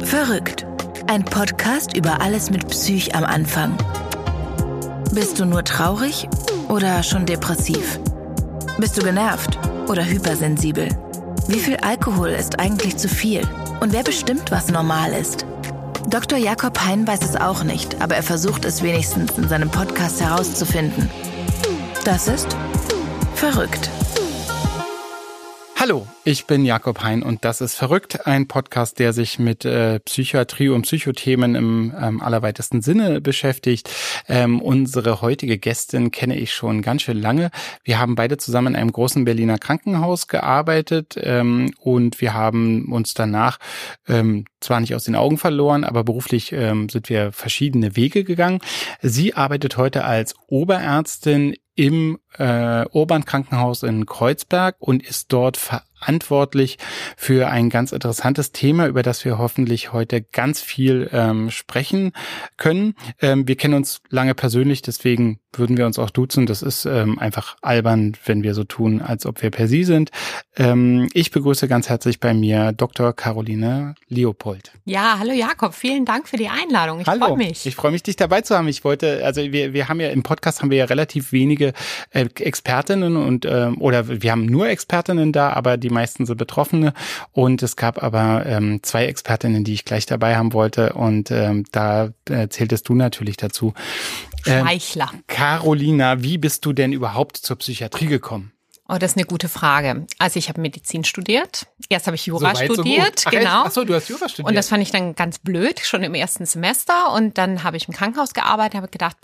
Verrückt. Ein Podcast über alles mit Psych am Anfang. Bist du nur traurig oder schon depressiv? Bist du genervt oder hypersensibel? Wie viel Alkohol ist eigentlich zu viel? Und wer bestimmt, was normal ist? Dr. Jakob Hein weiß es auch nicht, aber er versucht es wenigstens in seinem Podcast herauszufinden. Das ist Verrückt. Hallo, ich bin Jakob Hein und das ist Verrückt, ein Podcast, der sich mit Psychiatrie und Psychothemen im allerweitesten Sinne beschäftigt. Unsere heutige Gästin kenne ich schon ganz schön lange. Wir haben beide zusammen in einem großen Berliner Krankenhaus gearbeitet und wir haben uns danach zwar nicht aus den Augen verloren, aber beruflich sind wir verschiedene Wege gegangen. Sie arbeitet heute als Oberärztin im Urban-Krankenhaus in Kreuzberg und ist dort verantwortlich für ein ganz interessantes Thema, über das wir hoffentlich heute ganz viel sprechen können. Wir kennen uns lange persönlich, deswegen würden wir uns auch duzen. Das ist einfach albern, wenn wir so tun, als ob wir per Sie sind. Ich begrüße ganz herzlich bei mir Dr. Caroline Leopold. Ja, hallo Jakob, vielen Dank für die Einladung. Ich freue mich. Ich freue mich, dich dabei zu haben. Wir haben ja im Podcast relativ wenige Expertinnen und oder wir haben nur Expertinnen da, aber die meisten sind Betroffene und es gab aber 2 Expertinnen, die ich gleich dabei haben wollte und da zähltest du natürlich dazu. Schmeichler. Carolina, wie bist du denn überhaupt zur Psychiatrie gekommen? Oh, das ist eine gute Frage. Also ich habe Medizin studiert. Erst habe ich Jura studiert. So genau. Ach so, du hast Jura studiert. Und das fand ich dann ganz blöd, schon im ersten Semester. Und dann habe ich im Krankenhaus gearbeitet, habe gedacht,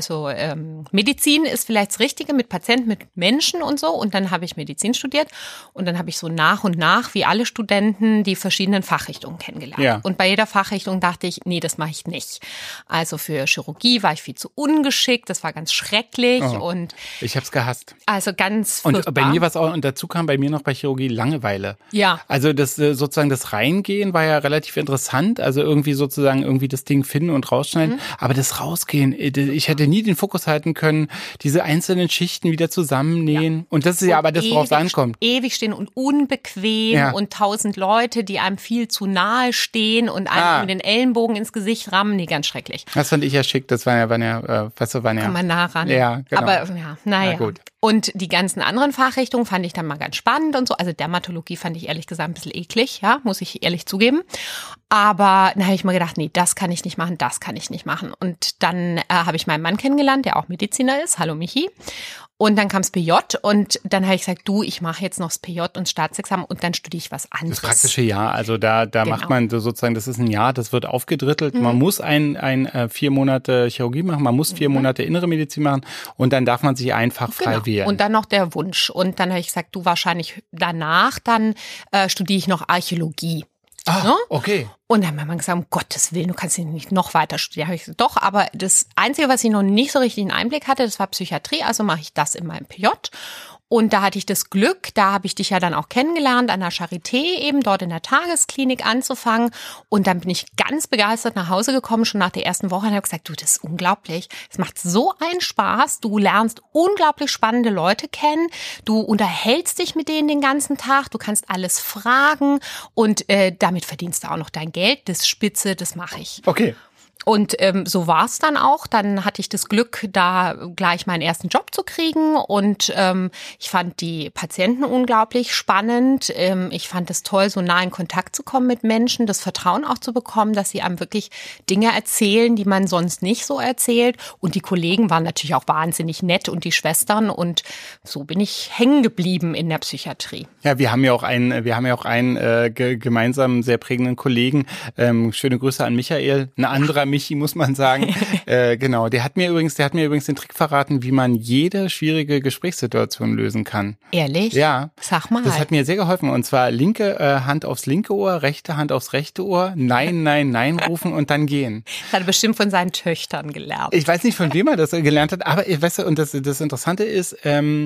Medizin ist vielleicht das Richtige mit Patienten, mit Menschen und so. Und dann habe ich Medizin studiert. Und dann habe ich so nach und nach, wie alle Studenten, die verschiedenen Fachrichtungen kennengelernt. Ja. Und bei jeder Fachrichtung dachte ich, nee, das mache ich nicht. Also für Chirurgie war ich viel zu ungeschickt. Das war ganz schrecklich. Oh, und ich habe es gehasst. Also ganz Und bei mir war es auch, und dazu kam bei mir noch bei Chirurgie Langeweile. Ja. Also das sozusagen das Reingehen war ja relativ interessant, also irgendwie das Ding finden und rausschneiden, aber das Rausgehen, ich hätte nie den Fokus halten können, diese einzelnen Schichten wieder zusammennähen und das ist ja aber das, worauf es ankommt. Ewig stehen und unbequem und 1000 Leute, die einem viel zu nahe stehen und einem mit den Ellenbogen ins Gesicht rammen, nee, ganz schrecklich. Das fand ich ja schick, das waren ja. Kann man nah ran. Ja, genau. Aber naja. Na gut. Und die ganzen anderen Fachrichtungen fand ich dann mal ganz spannend und so. Also Dermatologie fand ich ehrlich gesagt ein bisschen eklig, ja, muss ich ehrlich zugeben. Aber dann habe ich mal gedacht, nee, das kann ich nicht machen, das kann ich nicht machen. Und dann habe ich meinen Mann kennengelernt, der auch Mediziner ist. Hallo Michi. Und dann kam das PJ und dann habe ich gesagt, ich mache jetzt noch das PJ und Staatsexamen und dann studiere ich was anderes. Das praktische Jahr, also da macht man sozusagen, das ist ein Jahr, das wird aufgedrittelt. Man muss 4 Monate Chirurgie machen, man muss 4 Monate innere Medizin machen und dann darf man sich einfach frei wählen. Und dann noch der Wunsch. Und dann habe ich gesagt, wahrscheinlich danach, dann studiere ich noch Archäologie. Okay. Und dann hat mein Mann gesagt, um Gottes Willen, du kannst nicht noch weiter studieren. Ich gesagt, doch, aber das Einzige, was ich noch nicht so richtig einen Einblick hatte, das war Psychiatrie, also mache ich das in meinem PJ. Und da hatte ich das Glück, da habe ich dich ja dann auch kennengelernt, an der Charité eben, dort in der Tagesklinik anzufangen. Und dann bin ich ganz begeistert nach Hause gekommen, schon nach der ersten Woche und habe gesagt, das ist unglaublich. Es macht so einen Spaß. Du lernst unglaublich spannende Leute kennen. Du unterhältst dich mit denen den ganzen Tag. Du kannst alles fragen und damit verdienst du auch noch dein Geld. Das Spitze, das mache ich. Okay. Und so war es dann auch. Dann hatte ich das Glück, da gleich meinen ersten Job zu kriegen. Und ich fand die Patienten unglaublich spannend. Ich fand es toll, so nah in Kontakt zu kommen mit Menschen, das Vertrauen auch zu bekommen, dass sie einem wirklich Dinge erzählen, die man sonst nicht so erzählt. Und die Kollegen waren natürlich auch wahnsinnig nett und die Schwestern. Und so bin ich hängen geblieben in der Psychiatrie. Ja, wir haben ja auch einen gemeinsamen, sehr prägenden Kollegen. Schöne Grüße an Michael. Ein anderer Michi, muss man sagen. Genau, der hat mir übrigens den Trick verraten, wie man jede schwierige Gesprächssituation lösen kann. Ehrlich? Ja. Sag mal. Das hat mir sehr geholfen. Und zwar linke Hand aufs linke Ohr, rechte Hand aufs rechte Ohr, nein, nein, nein rufen und dann gehen. Das hat er bestimmt von seinen Töchtern gelernt. Ich weiß nicht, von wem er das gelernt hat, aber weißt du, und das Interessante ist,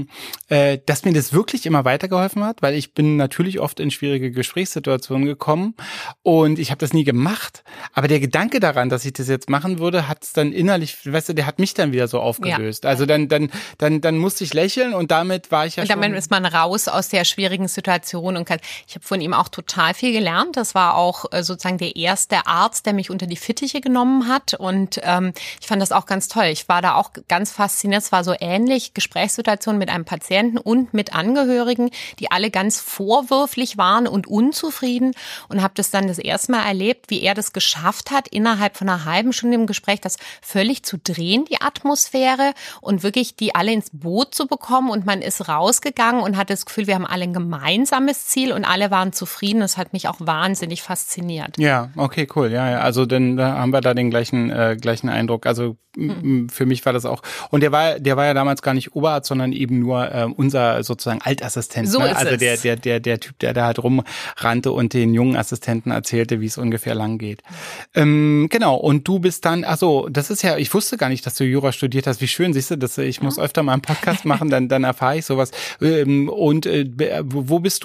dass mir das wirklich immer weitergeholfen hat, weil ich bin natürlich oft in schwierige Gesprächssituationen gekommen und ich habe das nie gemacht. Aber der Gedanke daran, dass ich ich das jetzt machen würde, hat es dann innerlich, weißt du, der hat mich dann wieder so aufgelöst. Also dann musste ich lächeln und damit war ich ja schon... Und damit ist man raus aus der schwierigen Situation und ich habe von ihm auch total viel gelernt. Das war auch sozusagen der erste Arzt, der mich unter die Fittiche genommen hat und ich fand das auch ganz toll. Ich war da auch ganz fasziniert. Es war so ähnlich, Gesprächssituation mit einem Patienten und mit Angehörigen, die alle ganz vorwürflich waren und unzufrieden und habe das dann das erste Mal erlebt, wie er das geschafft hat, innerhalb von einer halben Stunde im Gespräch das völlig zu drehen, die Atmosphäre und wirklich die alle ins Boot zu bekommen und man ist rausgegangen und hatte das Gefühl, wir haben alle ein gemeinsames Ziel und alle waren zufrieden. Das hat mich auch wahnsinnig fasziniert. Ja, okay, cool. Ja, also dann haben wir da den gleichen Eindruck. Also für mich war das auch. Und der war ja damals gar nicht Oberarzt, sondern eben nur unser sozusagen Altassistent. So ist also es. der Typ, der da halt rumrannte und den jungen Assistenten erzählte, wie es ungefähr lang geht. Genau. Und du bist dann, das ist ja, ich wusste gar nicht, dass du Jura studiert hast. Wie schön, siehst du, ich muss öfter mal einen Podcast machen, dann erfahre ich sowas. Und wo bist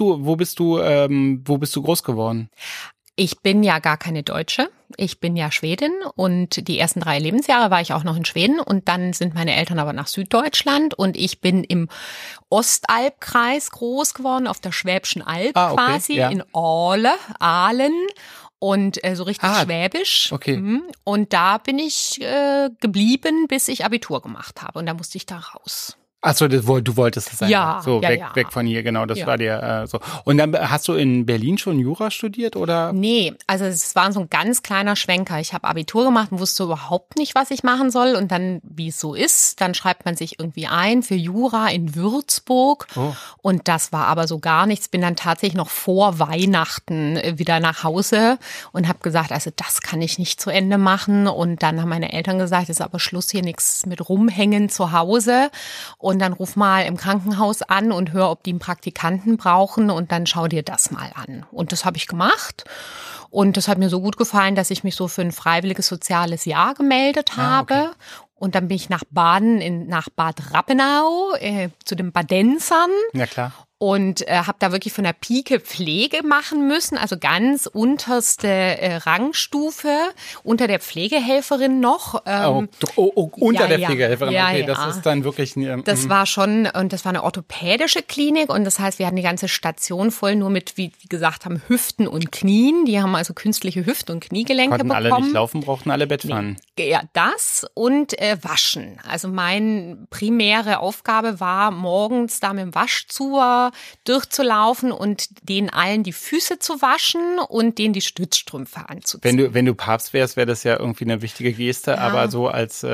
du groß geworden? Ich bin ja gar keine Deutsche. Ich bin ja Schwedin und die ersten 3 Lebensjahre war ich auch noch in Schweden und dann sind meine Eltern aber nach Süddeutschland und ich bin im Ostalbkreis groß geworden, auf der Schwäbischen Alb quasi, ja. In Aalen. Und so richtig schwäbisch. Okay. Und da bin ich geblieben, bis ich Abitur gemacht habe. Und da musste ich da raus. Achso, du wolltest es sein. Ja, so ja, weg von hier, genau, das war dir so. Und dann hast du in Berlin schon Jura studiert, oder? Nee, also es war so ein ganz kleiner Schwenker. Ich habe Abitur gemacht und wusste überhaupt nicht, was ich machen soll. Und dann, wie es so ist, dann schreibt man sich irgendwie ein für Jura in Würzburg. Oh. Und das war aber so gar nichts. Bin dann tatsächlich noch vor Weihnachten wieder nach Hause und habe gesagt, also das kann ich nicht zu Ende machen. Und dann haben meine Eltern gesagt, es ist aber Schluss hier, nichts mit rumhängen zu Hause. Und dann ruf mal im Krankenhaus an und hör, ob die einen Praktikanten brauchen und dann schau dir das mal an. Und das habe ich gemacht. Und das hat mir so gut gefallen, dass ich mich so für ein freiwilliges soziales Jahr gemeldet habe. Okay. Und dann bin ich nach Bad Rappenau zu den Badensern. Ja, klar. Und habe da wirklich von der Pike Pflege machen müssen, also ganz unterste Rangstufe, unter der Pflegehelferin noch. Unter der Pflegehelferin, okay, das ist dann wirklich... Das war schon, und das war eine orthopädische Klinik und das heißt, wir hatten die ganze Station voll nur mit, wie gesagt haben, Hüften und Knien. Die haben also künstliche Hüft- und Kniegelenke bekommen. Konnten alle nicht laufen, brauchten alle Bettpfannen. Nee. Ja, das und waschen. Also meine primäre Aufgabe war, morgens da mit dem Waschzuber durchzulaufen und denen allen die Füße zu waschen und denen die Stützstrümpfe anzuziehen. Wenn du Papst wärst, wäre das ja irgendwie eine wichtige Geste, ja. Aber so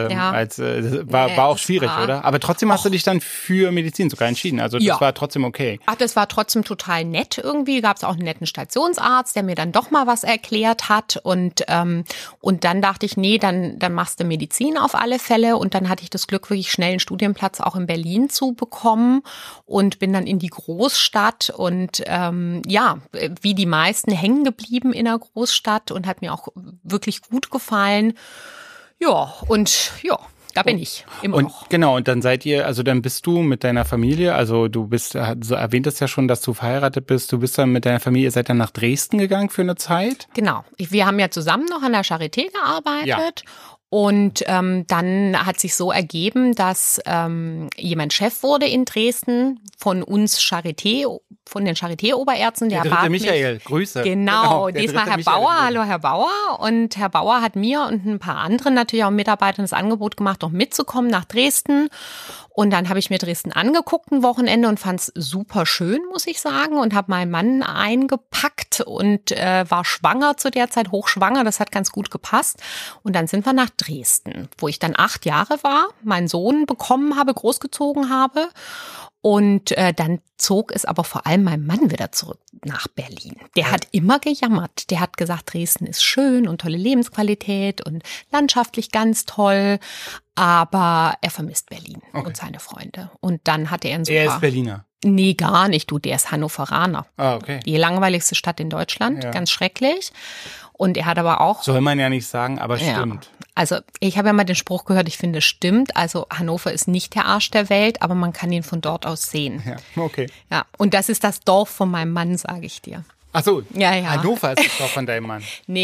war auch schwierig, oder? Aber trotzdem hast du dich dann für Medizin sogar entschieden, also das war trotzdem okay. Ach, das war trotzdem total nett irgendwie, gab es auch einen netten Stationsarzt, der mir dann doch mal was erklärt hat und dann dachte ich, nee, dann machst du Medizin auf alle Fälle und dann hatte ich das Glück, wirklich schnell einen Studienplatz auch in Berlin zu bekommen und bin dann in die Großstadt und wie die meisten hängen geblieben in der Großstadt und hat mir auch wirklich gut gefallen. Da bin ich immer noch. Genau, und dann dann bist du mit deiner Familie, also du bist, so erwähntest ja schon, dass du verheiratet bist, du bist dann mit deiner Familie, seid dann nach Dresden gegangen für eine Zeit? Genau, wir haben ja zusammen noch an der Charité gearbeitet. Ja. Und dann hat sich so ergeben, dass jemand Chef wurde in Dresden von uns von den Charité-Oberärzten. Der dritte Michael, Grüße. Genau, diesmal Herr Bauer. Hallo Herr Bauer. Und Herr Bauer hat mir und ein paar anderen natürlich auch Mitarbeitern das Angebot gemacht, noch mitzukommen nach Dresden. Und dann habe ich mir Dresden angeguckt ein Wochenende und fand es super schön, muss ich sagen. Und habe meinen Mann eingepackt und war schwanger zu der Zeit, hochschwanger. Das hat ganz gut gepasst. Und dann sind wir nach Dresden, wo ich dann 8 Jahre war, meinen Sohn bekommen habe, großgezogen habe. Und dann zog es aber vor allem mein Mann wieder zurück nach Berlin. Der hat immer gejammert. Der hat gesagt, Dresden ist schön und tolle Lebensqualität und landschaftlich ganz toll. Aber er vermisst Berlin und seine Freunde. Und dann hatte er Er ist Berliner? Nee, gar nicht. Der ist Hannoveraner. Ah, okay. Die langweiligste Stadt in Deutschland. Ja. Ganz schrecklich. Und er hat aber auch... Soll man ja nicht sagen, aber stimmt. Also ich habe ja mal den Spruch gehört, ich finde, es stimmt. Also Hannover ist nicht der Arsch der Welt, aber man kann ihn von dort aus sehen. Ja, okay. Ja, und das ist das Dorf von meinem Mann, sage ich dir. Ach so, ja. Hannover ist das Dorf von deinem Mann. Nee,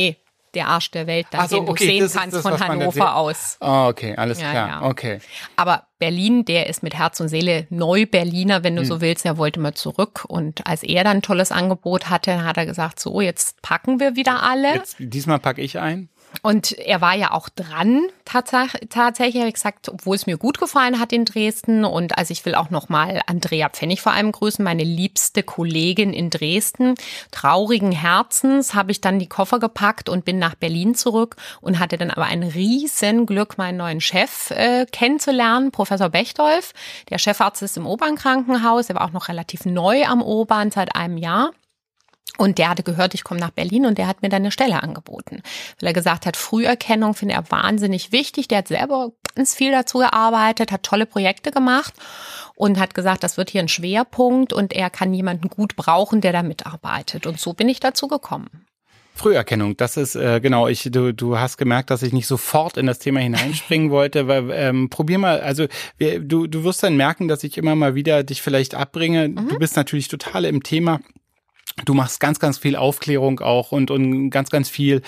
der Arsch der Welt, so, den du sehen kannst von Hannover aus. Oh, okay, alles klar. Okay. Aber Berlin, der ist mit Herz und Seele Neu-Berliner, wenn du so willst. Er wollte mal zurück. Und als er dann ein tolles Angebot hatte, hat er gesagt, so, jetzt packen wir wieder alle. Diesmal packe ich ein. Und er war ja auch dran, tatsächlich, habe ich gesagt, obwohl es mir gut gefallen hat in Dresden. Und also ich will auch nochmal Andrea Pfennig vor allem grüßen, meine liebste Kollegin in Dresden. Traurigen Herzens habe ich dann die Koffer gepackt und bin nach Berlin zurück und hatte dann aber ein Riesenglück, meinen neuen Chef kennenzulernen, Professor Bechtolf. Der Chefarzt ist im Obernkrankenhaus, er war auch noch relativ neu am Obern, seit einem Jahr. Und der hatte gehört, ich komme nach Berlin und der hat mir dann eine Stelle angeboten. Weil er gesagt hat, Früherkennung finde er wahnsinnig wichtig. Der hat selber ganz viel dazu gearbeitet, hat tolle Projekte gemacht und hat gesagt, das wird hier ein Schwerpunkt und er kann jemanden gut brauchen, der da mitarbeitet. Und so bin ich dazu gekommen. Früherkennung, das ist genau, du hast gemerkt, dass ich nicht sofort in das Thema hineinspringen wollte, weil probier mal, also du wirst dann merken, dass ich immer mal wieder dich vielleicht abbringe. Du bist natürlich total im Thema. Du machst ganz, ganz viel Aufklärung auch und ganz, ganz viel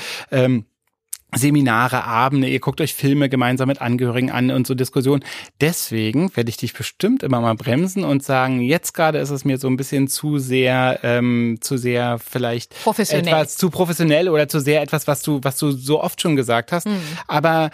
Seminare, Abende, ihr guckt euch Filme gemeinsam mit Angehörigen an und so Diskussionen. Deswegen werde ich dich bestimmt immer mal bremsen und sagen, jetzt gerade ist es mir so ein bisschen zu sehr vielleicht professionell. Etwas zu professionell oder zu sehr etwas, was du so oft schon gesagt hast. Aber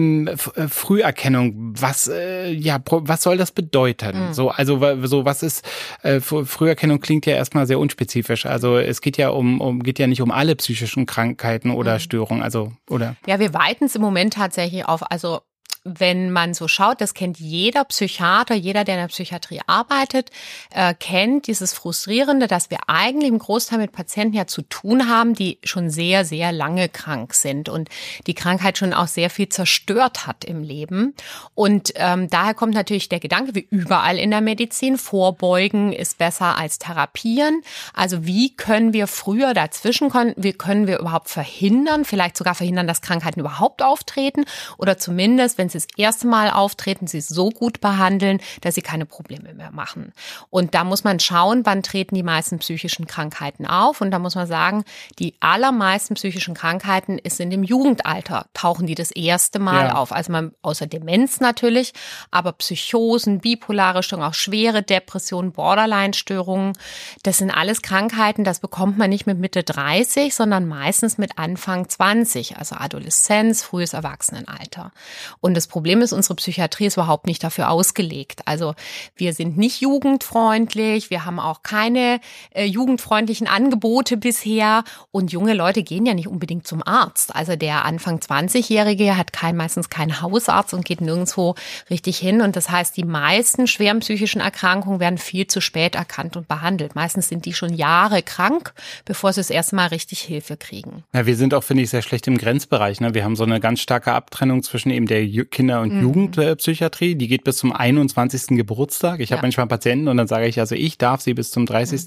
Früherkennung, was soll das bedeuten? So was ist Früherkennung klingt ja erstmal sehr unspezifisch. Also es geht ja nicht um alle psychischen Krankheiten oder Störungen, also oder? Ja, wir weiten es im Moment tatsächlich auf, also wenn man so schaut, das kennt jeder Psychiater, jeder, der in der Psychiatrie arbeitet, kennt dieses Frustrierende, dass wir eigentlich im Großteil mit Patienten ja zu tun haben, die schon sehr, sehr lange krank sind und die Krankheit schon auch sehr viel zerstört hat im Leben. Und daher kommt natürlich der Gedanke, wie überall in der Medizin, vorbeugen ist besser als therapieren. Also wie können wir früher dazwischen kommen? Wie können wir überhaupt verhindern, vielleicht sogar verhindern, dass Krankheiten überhaupt auftreten oder zumindest, wenn sie das erste Mal auftreten, sie so gut behandeln, dass sie keine Probleme mehr machen. Und da muss man schauen, wann treten die meisten psychischen Krankheiten auf. Und da muss man sagen, die allermeisten psychischen Krankheiten sind im Jugendalter, tauchen die das erste Mal auf. Also außer Demenz natürlich, aber Psychosen, bipolare Störungen, auch schwere Depressionen, Borderline-Störungen, das sind alles Krankheiten, das bekommt man nicht mit Mitte 30, sondern meistens mit Anfang 20, also Adoleszenz, frühes Erwachsenenalter. Und das Problem ist, unsere Psychiatrie ist überhaupt nicht dafür ausgelegt. Also wir sind nicht jugendfreundlich, wir haben auch keine jugendfreundlichen Angebote bisher und junge Leute gehen ja nicht unbedingt zum Arzt. Also der Anfang 20-Jährige hat meistens keinen Hausarzt und geht nirgendwo richtig hin. Und das heißt, die meisten schweren psychischen Erkrankungen werden viel zu spät erkannt und behandelt. Meistens sind die schon Jahre krank, bevor sie das erste Mal richtig Hilfe kriegen. Ja, wir sind auch, finde ich, sehr schlecht im Grenzbereich. Ne? Wir haben so eine ganz starke Abtrennung zwischen eben der Kinder- und Jugendpsychiatrie, die geht bis zum 21. Geburtstag. Ich habe manchmal Patienten und dann sage ich, also ich darf sie bis zum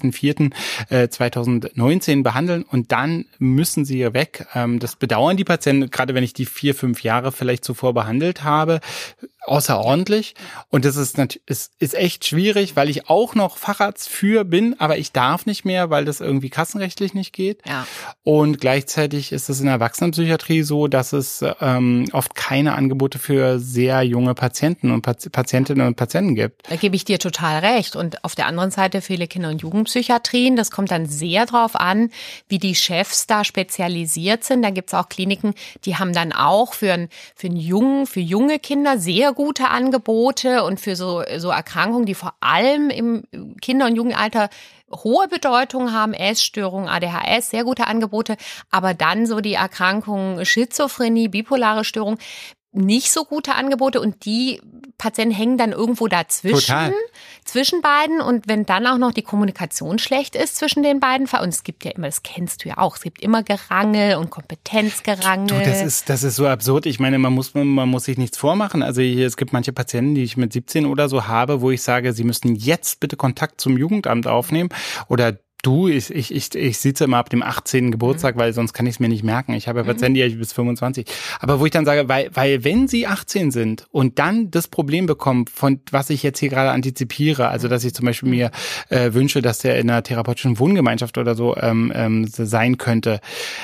30.04.2019 behandeln und dann müssen sie weg. Das bedauern die Patienten, gerade wenn ich die 4-5 Jahre vielleicht zuvor behandelt habe, außerordentlich. Und das ist echt schwierig, weil ich auch noch Facharzt für bin, aber ich darf nicht mehr, weil das irgendwie kassenrechtlich nicht geht. Ja. Und gleichzeitig ist es in der Erwachsenenpsychiatrie so, dass es oft keine Angebote für sehr junge Patienten und Patientinnen und Patienten gibt. Da gebe ich dir total recht. Und auf der anderen Seite viele Kinder- und Jugendpsychiatrien. Das kommt dann sehr drauf an, wie die Chefs da spezialisiert sind. Da gibt es auch Kliniken, die haben dann auch für junge Kinder sehr gute Angebote und für so Erkrankungen, die vor allem im Kinder- und Jugendalter hohe Bedeutung haben, Essstörungen, ADHS, sehr gute Angebote, aber dann so die Erkrankungen Schizophrenie, bipolare Störung, nicht so gute Angebote und die Patienten hängen dann irgendwo dazwischen, zwischen beiden und wenn dann auch noch die Kommunikation schlecht ist zwischen den beiden, und es gibt ja immer, das kennst du ja auch, es gibt immer Gerangel und Kompetenzgerangel. Du, das ist so absurd, ich meine, man muss sich nichts vormachen, also es gibt manche Patienten, die ich mit 17 oder so habe, wo ich sage, sie müssen jetzt bitte Kontakt zum Jugendamt aufnehmen oder du, ich sitze immer ab dem 18. Geburtstag, weil sonst kann ich es mir nicht merken. Ich habe ja Patienten, die bis 25. Aber wo ich dann sage, weil wenn sie 18 sind und dann das Problem bekommen, von was ich jetzt hier gerade antizipiere, also dass ich zum Beispiel mir wünsche, dass der in einer therapeutischen Wohngemeinschaft oder so sein könnte.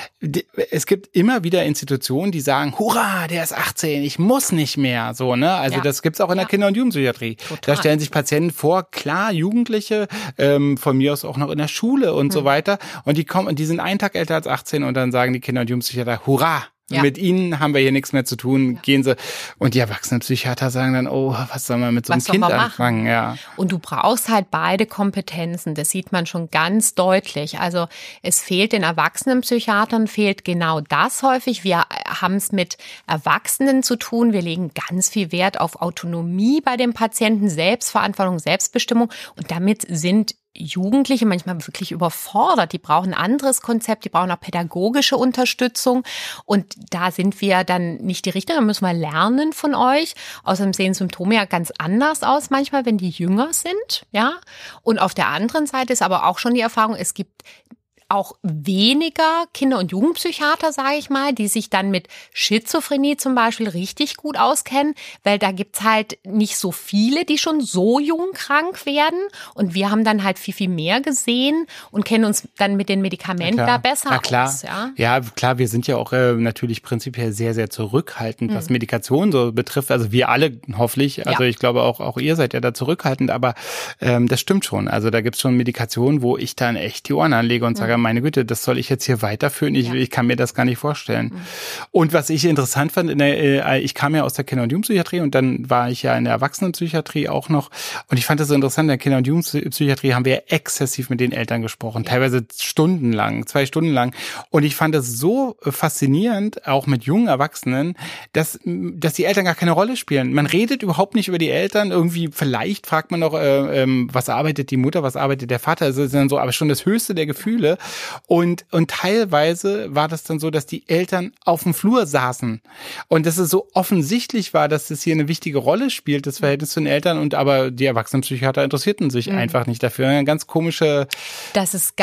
Es gibt immer wieder Institutionen, die sagen, hurra, der ist 18, ich muss nicht mehr, so, ne? Also das gibt's auch in der Kinder- und Jugendpsychiatrie. Total. Da stellen sich Patienten vor, klar, Jugendliche, von mir aus auch noch in der Schule und so weiter, und die kommen und die sind einen Tag älter als 18 und dann sagen die Kinder- und Jugendpsychiater, hurra! Ja. Mit ihnen haben wir hier nichts mehr zu tun, gehen sie. Und die Erwachsenenpsychiater sagen dann, oh, was soll man mit so einem Kind anfangen? Ja. Und du brauchst halt beide Kompetenzen, das sieht man schon ganz deutlich. Also es fehlt den Erwachsenenpsychiatern, fehlt genau das häufig. Wir haben es mit Erwachsenen zu tun, wir legen ganz viel Wert auf Autonomie bei dem Patienten, Selbstverantwortung, Selbstbestimmung, und damit sind Jugendliche manchmal wirklich überfordert. Die brauchen ein anderes Konzept, die brauchen auch pädagogische Unterstützung. Und da sind wir dann nicht die Richtigen, da müssen wir lernen von euch. Außerdem sehen Symptome ja ganz anders aus manchmal, wenn die jünger sind, ja. Und auf der anderen Seite ist aber auch schon die Erfahrung, es gibt auch weniger Kinder- und Jugendpsychiater, sage ich mal, die sich dann mit Schizophrenie zum Beispiel richtig gut auskennen, weil da gibt's halt nicht so viele, die schon so jung krank werden, und wir haben dann halt viel, viel mehr gesehen und kennen uns dann mit den Medikamenten da besser aus. Ja, klar, wir sind ja auch natürlich prinzipiell sehr, sehr zurückhaltend, was Medikation so betrifft, also wir alle hoffentlich, also ich glaube auch ihr seid ja da zurückhaltend, aber das stimmt schon, also da gibt's schon Medikationen, wo ich dann echt die Ohren anlege und sage, meine Güte, das soll ich jetzt hier weiterführen? Ich kann mir das gar nicht vorstellen. Und was ich interessant fand, ich kam ja aus der Kinder- und Jugendpsychiatrie und dann war ich ja in der Erwachsenenpsychiatrie auch noch. Und ich fand das so interessant, in der Kinder- und Jugendpsychiatrie haben wir exzessiv mit den Eltern gesprochen, teilweise 2 Stunden lang. Und ich fand das so faszinierend, auch mit jungen Erwachsenen, dass die Eltern gar keine Rolle spielen. Man redet überhaupt nicht über die Eltern. Irgendwie, vielleicht fragt man noch, was arbeitet die Mutter, was arbeitet der Vater? Also, das ist dann so, aber schon das höchste der Gefühle. Und teilweise war das dann so, dass die Eltern auf dem Flur saßen und dass es so offensichtlich war, dass das hier eine wichtige Rolle spielt, das Verhältnis zu den Eltern, und aber die Erwachsenenpsychiater interessierten sich einfach nicht dafür. Eine ganz komische... Das ist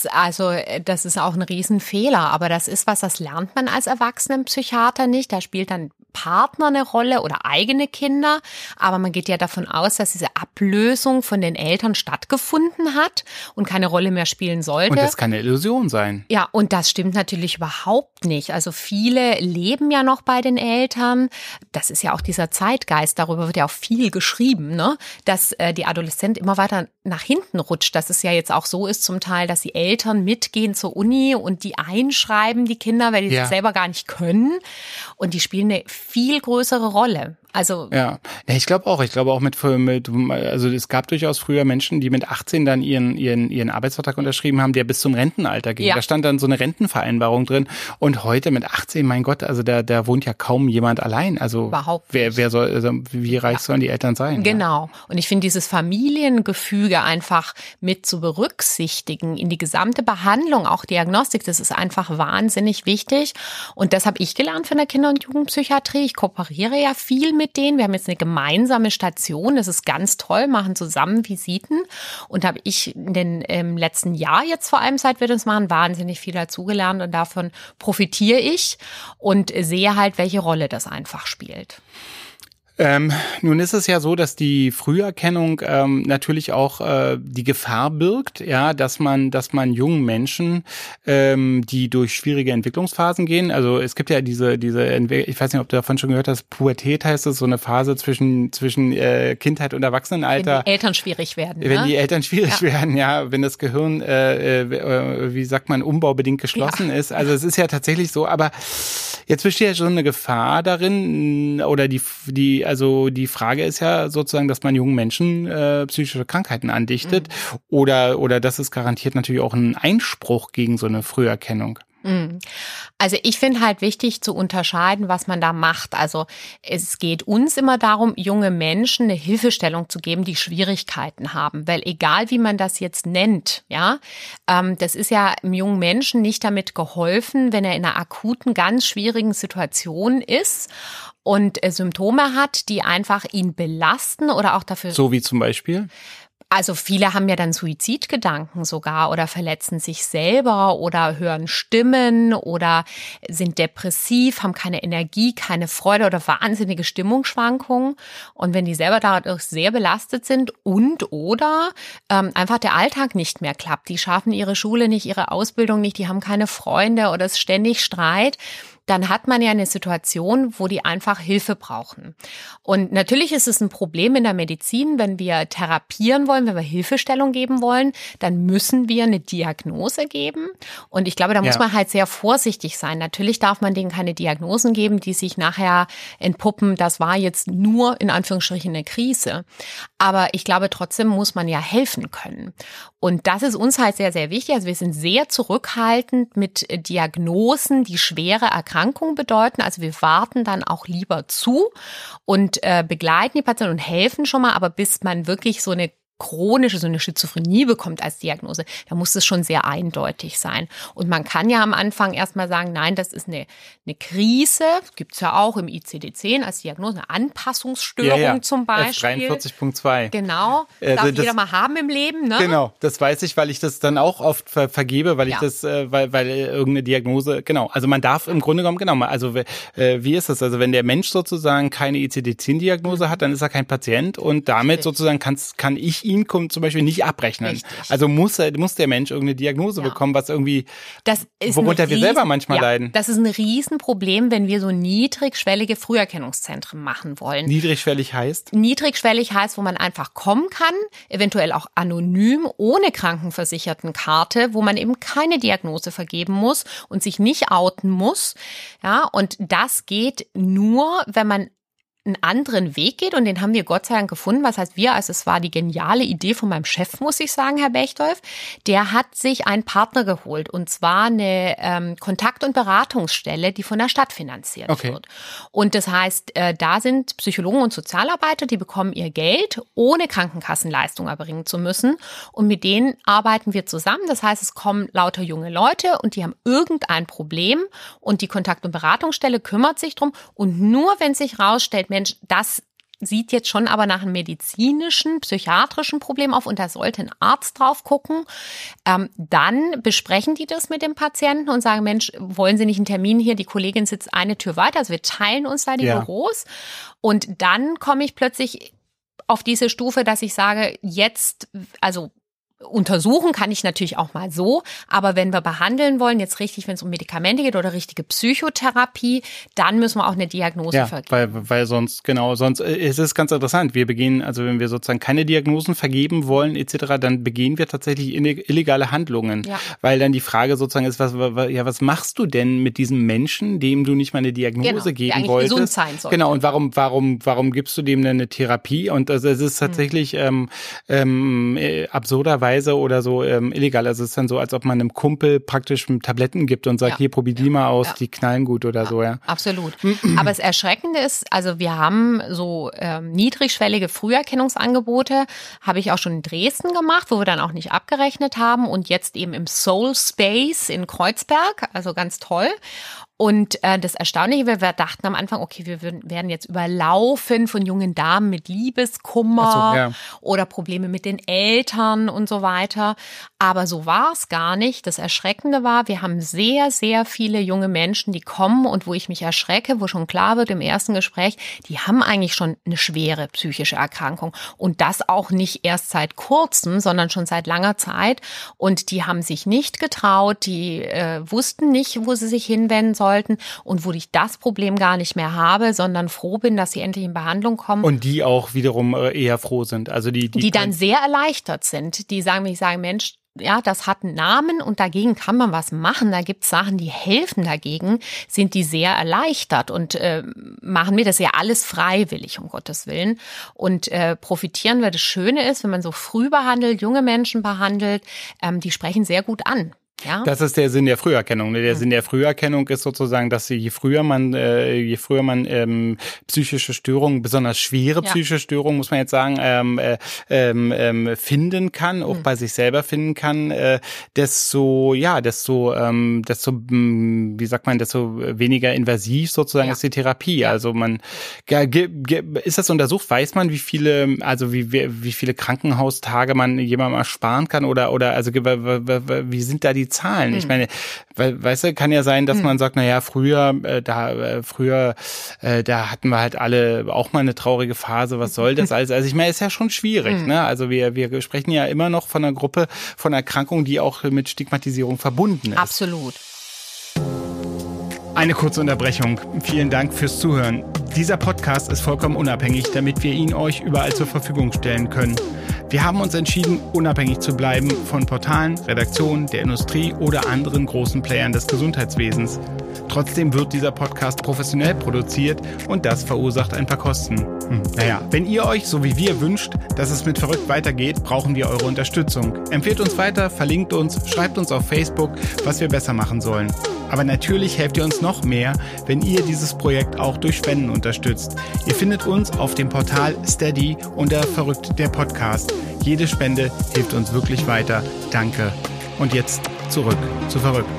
auch ein Riesenfehler, aber das lernt man als Erwachsenenpsychiater nicht. Da spielt dann Partner eine Rolle oder eigene Kinder, aber man geht ja davon aus, dass diese Ablösung von den Eltern stattgefunden hat und keine Rolle mehr spielen sollte. Und das kann eine Illusion sein. Ja, und das stimmt natürlich überhaupt nicht. Also viele leben ja noch bei den Eltern. Das ist ja auch dieser Zeitgeist, darüber wird ja auch viel geschrieben, ne? Dass die Adoleszentin immer weiter nach hinten rutscht. Dass es ja jetzt auch so ist zum Teil, dass die Eltern mitgehen zur Uni und die einschreiben, die Kinder, weil die das selber gar nicht können. Und die spielen eine viel größere Rolle. Also ja, ich glaube auch also es gab durchaus früher Menschen, die mit 18 dann ihren Arbeitsvertrag unterschrieben haben, der bis zum Rentenalter ging. Ja. Da stand dann so eine Rentenvereinbarung drin, und heute mit 18, mein Gott, also da wohnt ja kaum jemand allein. Also überhaupt wer soll, also wie reich sollen die Eltern sein? Genau. Ja? Und ich finde dieses Familiengefüge einfach mit zu berücksichtigen in die gesamte Behandlung, auch Diagnostik, das ist einfach wahnsinnig wichtig. Und das habe ich gelernt von der Kinder- und Jugendpsychiatrie. Ich kooperiere ja viel mit denen. Wir haben jetzt eine gemeinsame Station, das ist ganz toll, machen zusammen Visiten, und da habe ich in den letzten Jahr jetzt vor allem, seit wir das machen, wahnsinnig viel dazugelernt, und davon profitiere ich und sehe halt, welche Rolle das einfach spielt. Nun ist es ja so, dass die Früherkennung natürlich auch die Gefahr birgt, ja, dass man jungen Menschen, die durch schwierige Entwicklungsphasen gehen, also es gibt ja diese, ich weiß nicht, ob du davon schon gehört hast, Pubertät heißt es, so eine Phase zwischen Kindheit und Erwachsenenalter. Wenn die Eltern schwierig werden. Wenn die Eltern schwierig werden, ja, wenn das Gehirn, wie sagt man, umbaubedingt geschlossen ist. Also es ist ja tatsächlich so, aber jetzt besteht ja schon eine Gefahr darin, oder die Frage ist ja sozusagen, dass man jungen Menschen psychische Krankheiten andichtet, oder das ist garantiert natürlich auch ein Einspruch gegen so eine Früherkennung. Also ich finde halt wichtig zu unterscheiden, was man da macht. Also es geht uns immer darum, junge Menschen eine Hilfestellung zu geben, die Schwierigkeiten haben. Weil egal, wie man das jetzt nennt, ja, das ist ja einem jungen Menschen nicht damit geholfen, wenn er in einer akuten, ganz schwierigen Situation ist und Symptome hat, die einfach ihn belasten oder auch dafür... So wie zum Beispiel? Also viele haben ja dann Suizidgedanken sogar oder verletzen sich selber oder hören Stimmen oder sind depressiv, haben keine Energie, keine Freude oder wahnsinnige Stimmungsschwankungen. Und wenn die selber dadurch sehr belastet sind oder einfach der Alltag nicht mehr klappt, die schaffen ihre Schule nicht, ihre Ausbildung nicht, die haben keine Freunde oder es ist ständig Streit, dann hat man ja eine Situation, wo die einfach Hilfe brauchen. Und natürlich ist es ein Problem in der Medizin, wenn wir therapieren wollen, wenn wir Hilfestellung geben wollen, dann müssen wir eine Diagnose geben. Und ich glaube, da muss man halt sehr vorsichtig sein. Natürlich darf man denen keine Diagnosen geben, die sich nachher entpuppen, das war jetzt nur in Anführungsstrichen eine Krise. Aber ich glaube, trotzdem muss man ja helfen können. Und das ist uns halt sehr, sehr wichtig. Also wir sind sehr zurückhaltend mit Diagnosen, die schwere Erkrankungen bedeuten. Also wir warten dann auch lieber zu und begleiten die Patienten und helfen schon mal. Aber bis man wirklich so eine chronische, so eine Schizophrenie bekommt als Diagnose, da muss es schon sehr eindeutig sein. Und man kann ja am Anfang erstmal sagen, nein, das ist eine Krise, gibt's ja auch im ICD-10 als Diagnose, eine Anpassungsstörung zum Beispiel. F43.2. Genau, darf jeder mal haben im Leben, ne? Genau, das weiß ich, weil ich das dann auch oft vergebe, weil ich das, weil irgendeine Diagnose, genau, also man darf im Grunde genommen, genau, also wie ist das, also wenn der Mensch sozusagen keine ICD-10-Diagnose hat, dann ist er kein Patient und damit sozusagen kann ich ihn zum Beispiel nicht abrechnen. Richtig. Also muss der Mensch irgendeine Diagnose bekommen, was irgendwie, worunter wir selber manchmal leiden. Das ist ein Riesenproblem, wenn wir so niedrigschwellige Früherkennungszentren machen wollen. Niedrigschwellig heißt? Niedrigschwellig heißt, wo man einfach kommen kann, eventuell auch anonym, ohne Krankenversichertenkarte, wo man eben keine Diagnose vergeben muss und sich nicht outen muss. Ja, und das geht nur, wenn man einen anderen Weg geht und den haben wir Gott sei Dank gefunden. Was heißt wir? Also es war die geniale Idee von meinem Chef, muss ich sagen, Herr Bechdolf. Der hat sich einen Partner geholt und zwar eine Kontakt- und Beratungsstelle, die von der Stadt finanziert wird. Und das heißt, da sind Psychologen und Sozialarbeiter, die bekommen ihr Geld, ohne Krankenkassenleistung erbringen zu müssen. Und mit denen arbeiten wir zusammen. Das heißt, es kommen lauter junge Leute und die haben irgendein Problem und die Kontakt- und Beratungsstelle kümmert sich drum. Und nur wenn sich rausstellt, Mensch, das sieht jetzt schon aber nach einem medizinischen, psychiatrischen Problem auf und da sollte ein Arzt drauf gucken, dann besprechen die das mit dem Patienten und sagen, Mensch, wollen Sie nicht einen Termin hier? Die Kollegin sitzt eine Tür weiter, also wir teilen uns da die Büros und dann komme ich plötzlich auf diese Stufe, dass ich sage, jetzt, also untersuchen kann ich natürlich auch mal so, aber wenn wir behandeln wollen, jetzt richtig, wenn es um Medikamente geht oder richtige Psychotherapie, dann müssen wir auch eine Diagnose vergeben. Weil sonst ist es ganz interessant. Wir begehen, also wenn wir sozusagen keine Diagnosen vergeben wollen etc., dann begehen wir tatsächlich illegale Handlungen, weil dann die Frage sozusagen ist, was machst du denn mit diesem Menschen, dem du nicht mal eine Diagnose geben wolltest? Gesund sein sollte. Genau, und warum gibst du dem denn eine Therapie? Und also es ist tatsächlich absurderweise oder so illegal. Also es ist dann so, als ob man einem Kumpel praktisch Tabletten gibt und sagt, hier, probier die mal aus, die knallen gut oder so. Ja. Absolut. Aber das Erschreckende ist, also wir haben so niedrigschwellige Früherkennungsangebote, habe ich auch schon in Dresden gemacht, wo wir dann auch nicht abgerechnet haben und jetzt eben im Soul Space in Kreuzberg, also ganz toll. Und das Erstaunliche, wir dachten am Anfang, okay, wir werden jetzt überlaufen von jungen Damen mit Liebeskummer oder Probleme mit den Eltern und so weiter. Aber so war es gar nicht. Das Erschreckende war, wir haben sehr, sehr viele junge Menschen, die kommen und wo ich mich erschrecke, wo schon klar wird im ersten Gespräch, die haben eigentlich schon eine schwere psychische Erkrankung. Und das auch nicht erst seit kurzem, sondern schon seit langer Zeit. Und die haben sich nicht getraut, die wussten nicht, wo sie sich hinwenden sollten und wo ich das Problem gar nicht mehr habe, sondern froh bin, dass sie endlich in Behandlung kommen. Und die auch wiederum eher froh sind. Also die dann sehr erleichtert sind. Die sagen, wenn ich sage, Mensch, ja, das hat einen Namen und dagegen kann man was machen. Da gibt es Sachen, die helfen dagegen, sind die sehr erleichtert und machen mir das ja alles freiwillig, um Gottes Willen. Und profitieren, weil das Schöne ist, wenn man so früh behandelt, junge Menschen behandelt, die sprechen sehr gut an. Ja? Das ist der Sinn der Früherkennung. Der Sinn der Früherkennung ist sozusagen, dass je früher man psychische Störungen, besonders schwere psychische Störungen, muss man jetzt sagen, finden kann, auch bei sich selber finden kann, desto weniger invasiv sozusagen ist die Therapie. Also ist das untersucht? Weiß man, wie viele Krankenhaustage man jemandem ersparen kann oder also wie sind da die Zahlen? Ich meine, weißt du, kann ja sein, dass man sagt, naja, früher, da hatten wir halt alle auch mal eine traurige Phase, was soll das alles? Also ich meine, ist ja schon schwierig, ne? Also wir sprechen ja immer noch von einer Gruppe von Erkrankungen, die auch mit Stigmatisierung verbunden ist. Absolut. Eine kurze Unterbrechung. Vielen Dank fürs Zuhören. Dieser Podcast ist vollkommen unabhängig, damit wir ihn euch überall zur Verfügung stellen können. Wir haben uns entschieden, unabhängig zu bleiben von Portalen, Redaktionen, der Industrie oder anderen großen Playern des Gesundheitswesens. Trotzdem wird dieser Podcast professionell produziert und das verursacht ein paar Kosten. Wenn ihr euch, so wie wir, wünscht, dass es mit Verrückt weitergeht, brauchen wir eure Unterstützung. Empfehlt uns weiter, verlinkt uns, schreibt uns auf Facebook, was wir besser machen sollen. Aber natürlich helft ihr uns noch mehr, wenn ihr dieses Projekt auch durch Spenden unterstützt. Ihr findet uns auf dem Portal Steady unter Verrückt der Podcast. Jede Spende hilft uns wirklich weiter. Danke. Und jetzt zurück zu Verrückt.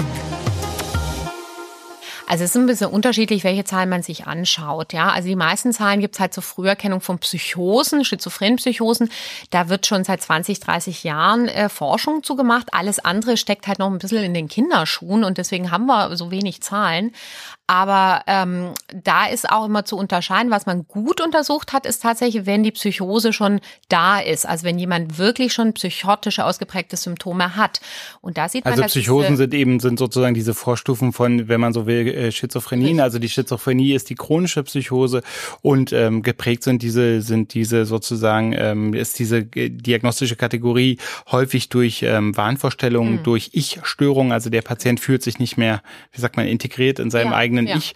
Also es ist ein bisschen unterschiedlich, welche Zahlen man sich anschaut. Ja, also die meisten Zahlen gibt es halt zur Früherkennung von Psychosen, Schizophrenpsychosen. Da wird schon seit 20, 30 Jahren Forschung zu gemacht. Alles andere steckt halt noch ein bisschen in den Kinderschuhen und deswegen haben wir so wenig Zahlen. Aber da ist auch immer zu unterscheiden, was man gut untersucht hat, ist tatsächlich, wenn die Psychose schon da ist. Also wenn jemand wirklich schon psychotische ausgeprägte Symptome hat. Und da sieht man, also Psychosen sind sozusagen diese Vorstufen von, wenn man so will, Schizophrenien. Also die Schizophrenie ist die chronische Psychose und geprägt sind diese sozusagen, ist diese diagnostische Kategorie häufig durch Wahnvorstellungen, durch Ich-Störungen. Also der Patient fühlt sich nicht mehr, wie sagt man, integriert in seinem eigenen Ich.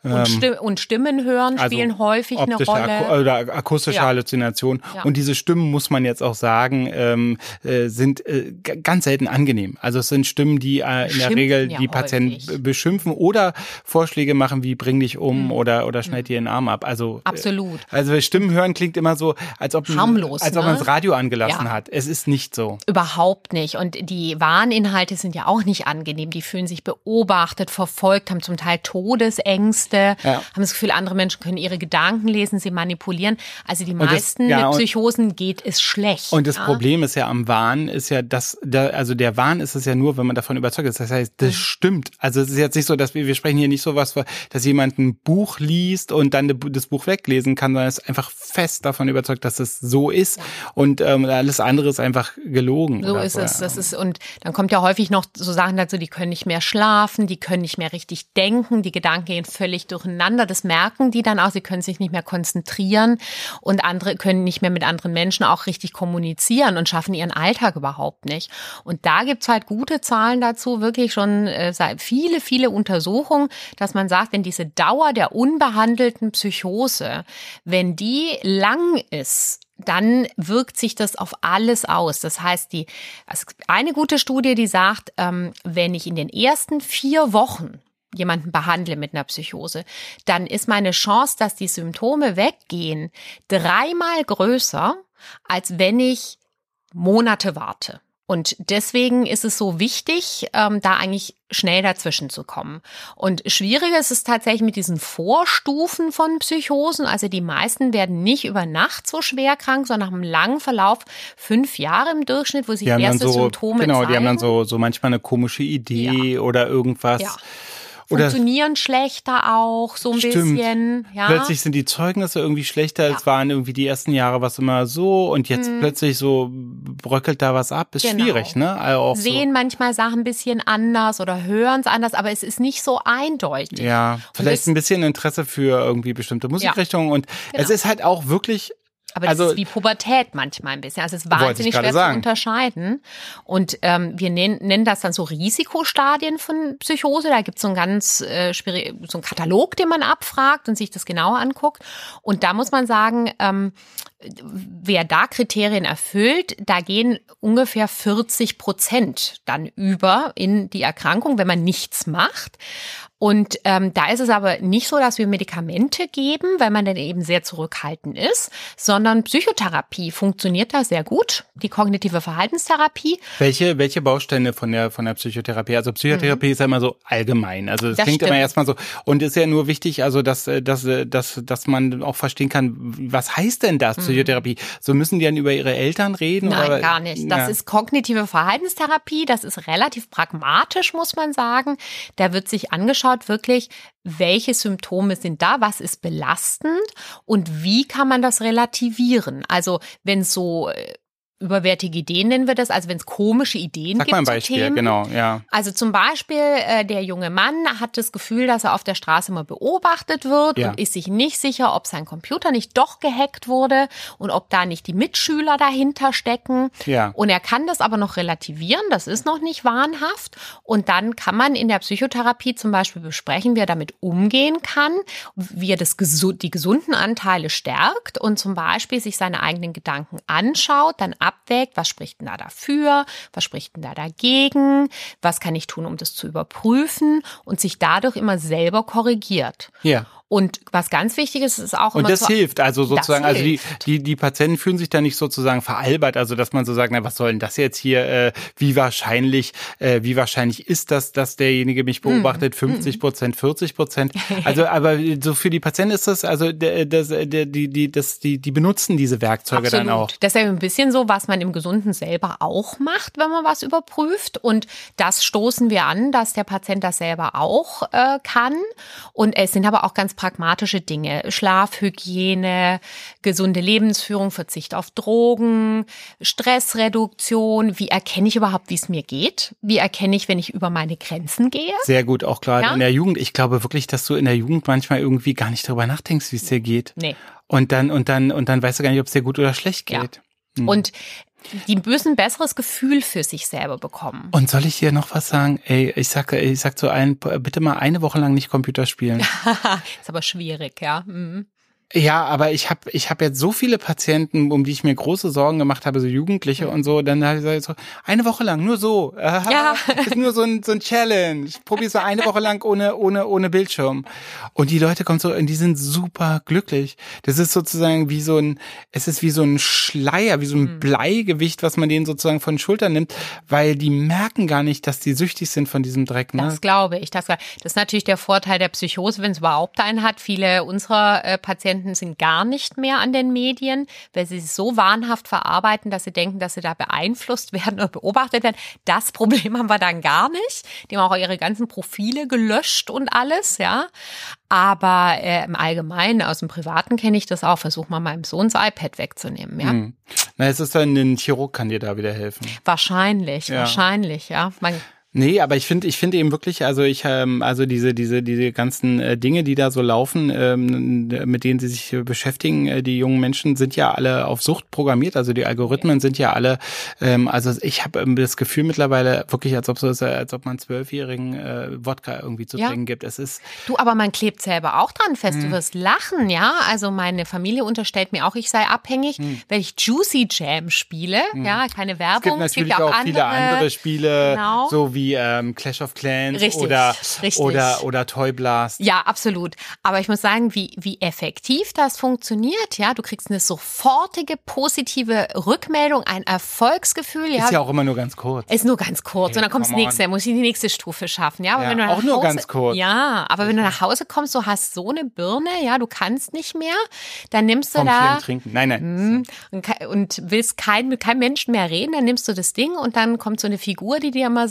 Und Stimmen hören spielen häufig eine Rolle. Oder akustische Halluzinationen. Ja. Und diese Stimmen, muss man jetzt auch sagen, sind ganz selten angenehm. Also es sind Stimmen, die in der Regel die Patienten beschimpfen oder Vorschläge machen wie bring dich um oder schneid dir den Arm ab. Also absolut. Also Stimmen hören klingt immer so, als ob harmlos, man das Radio angelassen hat. Es ist nicht so. Überhaupt nicht. Und die Warninhalte sind ja auch nicht angenehm. Die fühlen sich beobachtet, verfolgt, haben zum Teil Todesängste, haben das Gefühl, andere Menschen können ihre Gedanken lesen, sie manipulieren. Also die meisten mit Psychosen geht es schlecht. Und das Problem ist ja am Wahn, ist ja, also der Wahn ist es ja nur, wenn man davon überzeugt ist. Das heißt, das stimmt. Also es ist jetzt nicht so, dass wir sprechen hier nicht so was, dass jemand ein Buch liest und dann das Buch weglesen kann, sondern ist einfach fest davon überzeugt, dass es so ist und alles andere ist einfach gelogen. So ist es. Das ist, und dann kommt ja häufig noch so Sachen dazu, die können nicht mehr schlafen, die können nicht mehr richtig denken, die Gedanken gehen völlig durcheinander. Das merken die dann auch, sie können sich nicht mehr konzentrieren und andere können nicht mehr mit anderen Menschen auch richtig kommunizieren und schaffen ihren Alltag überhaupt nicht. Und da gibt's halt gute Zahlen dazu, wirklich schon seit viele Untersuchungen, dass man sagt, wenn diese Dauer der unbehandelten Psychose, wenn die lang ist, dann wirkt sich das auf alles aus. Das heißt, eine gute Studie, die sagt, wenn ich in den ersten 4 Wochen jemanden behandle mit einer Psychose, dann ist meine Chance, dass die Symptome weggehen, 3-mal größer, als wenn ich Monate warte. Und deswegen ist es so wichtig, da eigentlich schnell dazwischen zu kommen. Und schwieriger ist es tatsächlich mit diesen Vorstufen von Psychosen. Also die meisten werden nicht über Nacht so schwer krank, sondern nach einem langen Verlauf 5 Jahre im Durchschnitt, wo sich erste Symptome zeigen. Genau, die haben dann so manchmal eine komische Idee oder irgendwas. Ja. Funktionieren schlechter auch, so ein bisschen. Ja. Plötzlich sind die Zeugnisse irgendwie schlechter, als waren irgendwie die ersten Jahre was immer so und jetzt plötzlich so bröckelt da was ab. Ist schwierig, ne? Also auch sehen manchmal Sachen ein bisschen anders oder hören es anders, aber es ist nicht so eindeutig. Ja, vielleicht ein bisschen Interesse für irgendwie bestimmte Musikrichtungen und es ist halt auch wirklich Aber das ist wie Pubertät manchmal ein bisschen. Also es ist wahnsinnig schwer zu unterscheiden. Und wir nennen das dann so Risikostadien von Psychose. Da gibt es so einen ganz so einen Katalog, den man abfragt und sich das genauer anguckt. Und da muss man sagen, wer da Kriterien erfüllt, da gehen ungefähr 40% dann über in die Erkrankung, wenn man nichts macht. Und da ist es aber nicht so, dass wir Medikamente geben, weil man dann eben sehr zurückhaltend ist, sondern Psychotherapie funktioniert da sehr gut, die kognitive Verhaltenstherapie. Welche Bausteine von der Psychotherapie? Also Psychotherapie ist ja immer so allgemein. Also das klingt immer erstmal so. Und ist ja nur wichtig, also dass man auch verstehen kann, was heißt denn das, Psychotherapie? So müssen die dann über ihre Eltern reden? Nein, oder? Gar nicht. Das ist kognitive Verhaltenstherapie. Das ist relativ pragmatisch, muss man sagen. Da wird sich angeschaut, wirklich, welche Symptome sind da, was ist belastend und wie kann man das relativieren? Also wenn so überwärtige Ideen nennen wir das, also wenn es komische Ideen gibt. Sag mal ein Beispiel, Themen. Genau, ja. Also zum Beispiel, der junge Mann hat das Gefühl, dass er auf der Straße immer beobachtet wird und ist sich nicht sicher, ob sein Computer nicht doch gehackt wurde und ob da nicht die Mitschüler dahinter stecken. Ja. Und er kann das aber noch relativieren, das ist noch nicht wahnhaft. Und dann kann man in der Psychotherapie zum Beispiel besprechen, wie er damit umgehen kann, wie er die gesunden Anteile stärkt und zum Beispiel sich seine eigenen Gedanken anschaut, dann abwägt, was spricht denn da dafür, was spricht denn da dagegen, was kann ich tun, um das zu überprüfen und sich dadurch immer selber korrigiert. Ja. Und was ganz wichtig ist, ist auch und immer das hilft, also sozusagen, das hilft. Also die Patienten fühlen sich da nicht sozusagen veralbert, also dass man so sagt, na was soll denn das jetzt hier, wie wahrscheinlich ist das, dass derjenige mich beobachtet, 50%, 40%, also aber so für die Patienten ist das, also die benutzen diese Werkzeuge Absolut. Dann auch. Das ist ja ein bisschen so, was man im Gesunden selber auch macht, wenn man was überprüft und das stoßen wir an, dass der Patient das selber auch kann und es sind aber auch ganz pragmatische Dinge. Schlafhygiene, gesunde Lebensführung, Verzicht auf Drogen, Stressreduktion. Wie erkenne ich überhaupt, wie es mir geht? Wie erkenne ich, wenn ich über meine Grenzen gehe? Sehr gut, auch gerade in der Jugend. Ich glaube wirklich, dass du in der Jugend manchmal irgendwie gar nicht darüber nachdenkst, wie es dir geht. Nee. Und dann weißt du gar nicht, ob es dir gut oder schlecht geht. Ja. Und die müssen ein besseres Gefühl für sich selber bekommen. Und soll ich dir noch was sagen? Ey, ich sag zu allen, bitte mal eine Woche lang nicht Computer spielen. Ist aber schwierig, ja. Mhm. Ja, aber ich hab jetzt so viele Patienten, um die ich mir große Sorgen gemacht habe, so Jugendliche und so, dann habe ich gesagt, so, eine Woche lang, nur so. Ja. Ist nur so ein Challenge. Probier's so eine Woche lang ohne Bildschirm. Und die Leute kommen so, und die sind super glücklich. Das ist sozusagen wie so ein Schleier, wie so ein Bleigewicht, was man denen sozusagen von den Schultern nimmt, weil die merken gar nicht, dass die süchtig sind von diesem Dreck. Ne? Das glaube ich. Das ist natürlich der Vorteil der Psychose, wenn es überhaupt einen hat. Viele unserer Patienten sind gar nicht mehr an den Medien, weil sie es so wahnhaft verarbeiten, dass sie denken, dass sie da beeinflusst werden oder beobachtet werden. Das Problem haben wir dann gar nicht. Die haben auch ihre ganzen Profile gelöscht und alles, ja. Aber im Allgemeinen, aus dem Privaten kenne ich das auch. Versuch mal meinem Sohn das iPad wegzunehmen, ja. Na, es ist dann ein Chirurg kann dir da wieder helfen. Wahrscheinlich, ja. Nee, aber ich finde eben wirklich, also diese ganzen Dinge, die da so laufen, mit denen sie sich beschäftigen, die jungen Menschen sind ja alle auf Sucht programmiert, also die Algorithmen sind ja alle, also ich habe das Gefühl mittlerweile wirklich, als ob man 12-jährigen Wodka irgendwie zu trinken gibt. Es ist aber man klebt selber auch dran fest, du wirst lachen, ja, also meine Familie unterstellt mir auch, ich sei abhängig, weil ich Juicy Jam spiele, ja, keine Werbung. Es gibt natürlich auch viele andere Spiele, genau. So wie Clash of Clans oder Toy Blast. Ja, absolut. Aber ich muss sagen, wie effektiv das funktioniert, ja, du kriegst eine sofortige positive Rückmeldung, ein Erfolgsgefühl. Ja. Ist ja auch immer nur ganz kurz. Ist nur ganz kurz. Hey, und dann kommt das nächste, muss ich die nächste Stufe schaffen. Ja, aber wenn du auch nur ganz kurz. Ja, aber wenn du nach Hause kommst, du hast so eine Birne, ja, du kannst nicht mehr, dann nimmst du Trinken. Nein. Und willst mit keinem Menschen mehr reden, dann nimmst du das Ding und dann kommt so eine Figur, die dir immer sagt,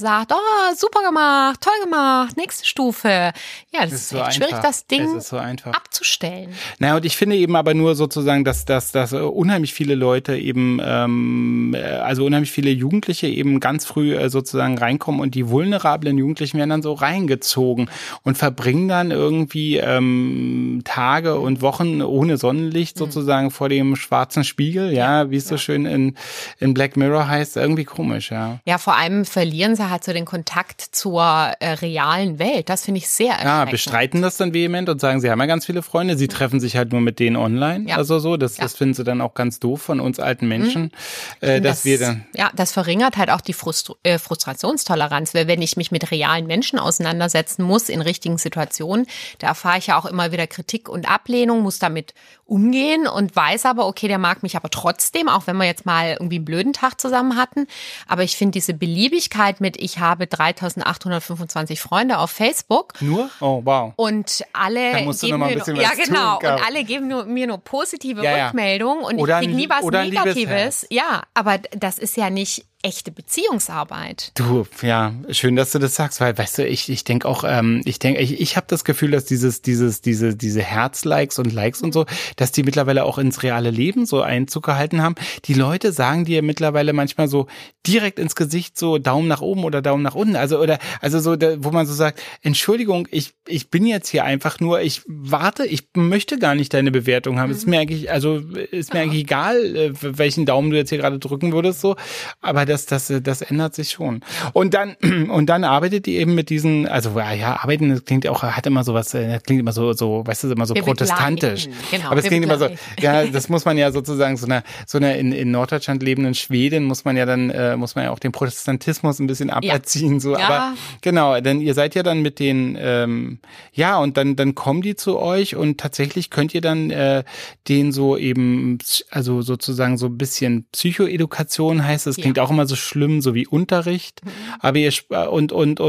super gemacht, toll gemacht, nächste Stufe. Ja, das ist echt schwierig, das Ding abzustellen. Naja, und ich finde eben aber nur sozusagen, dass unheimlich viele Leute eben, also unheimlich viele Jugendliche eben ganz früh sozusagen reinkommen und die vulnerablen Jugendlichen werden dann so reingezogen und verbringen dann irgendwie Tage und Wochen ohne Sonnenlicht sozusagen vor dem schwarzen Spiegel, ja, wie es so schön in Black Mirror heißt, irgendwie komisch, ja. Ja, vor allem verlieren sie halt so den Kontakt zur realen Welt. Das finde ich sehr erschreckend. Ja, bestreiten das dann vehement und sagen, sie haben ja ganz viele Freunde, sie treffen sich halt nur mit denen online. Ja. Also so, das finden sie dann auch ganz doof von uns alten Menschen, dass wir dann... Ja, das verringert halt auch die Frustrationstoleranz, weil wenn ich mich mit realen Menschen auseinandersetzen muss in richtigen Situationen, da erfahre ich ja auch immer wieder Kritik und Ablehnung, muss damit umgehen und weiß aber, okay, der mag mich aber trotzdem, auch wenn wir jetzt mal irgendwie einen blöden Tag zusammen hatten. Aber ich finde diese Beliebigkeit mit, ich habe 3825 Freunde auf Facebook. Nur? Oh, wow. Und alle geben mir und alle geben mir nur positive Rückmeldungen und ich kriege nie was Negatives. Ja, aber das ist ja nicht echte Beziehungsarbeit. Du, ja, schön, dass du das sagst, weil, weißt du, ich denke auch, ich habe das Gefühl, dass diese Herzlikes und Likes und so, dass die mittlerweile auch ins reale Leben so Einzug gehalten haben. Die Leute sagen dir mittlerweile manchmal so direkt ins Gesicht so Daumen nach oben oder Daumen nach unten, also so, wo man so sagt, Entschuldigung, ich bin jetzt hier einfach nur, ich möchte gar nicht deine Bewertung haben. Ist mir eigentlich egal, welchen Daumen du jetzt hier gerade drücken würdest, so, aber das ändert sich schon. Und dann arbeitet die eben mit diesen, also ja, arbeiten, das klingt auch, hat immer sowas, das klingt immer so, weißt du, immer so protestantisch. Genau, aber es klingt immer so, ja, das muss man ja sozusagen so einer in Norddeutschland lebenden Schwedin muss man ja auch den Protestantismus ein bisschen aberziehen, so, ja. Aber genau, denn ihr seid ja dann mit den, und dann kommen die zu euch und tatsächlich könnt ihr dann denen so eben, also sozusagen so ein bisschen Psychoedukation heißt, das klingt auch immer so schlimm, so wie Unterricht, aber ihr und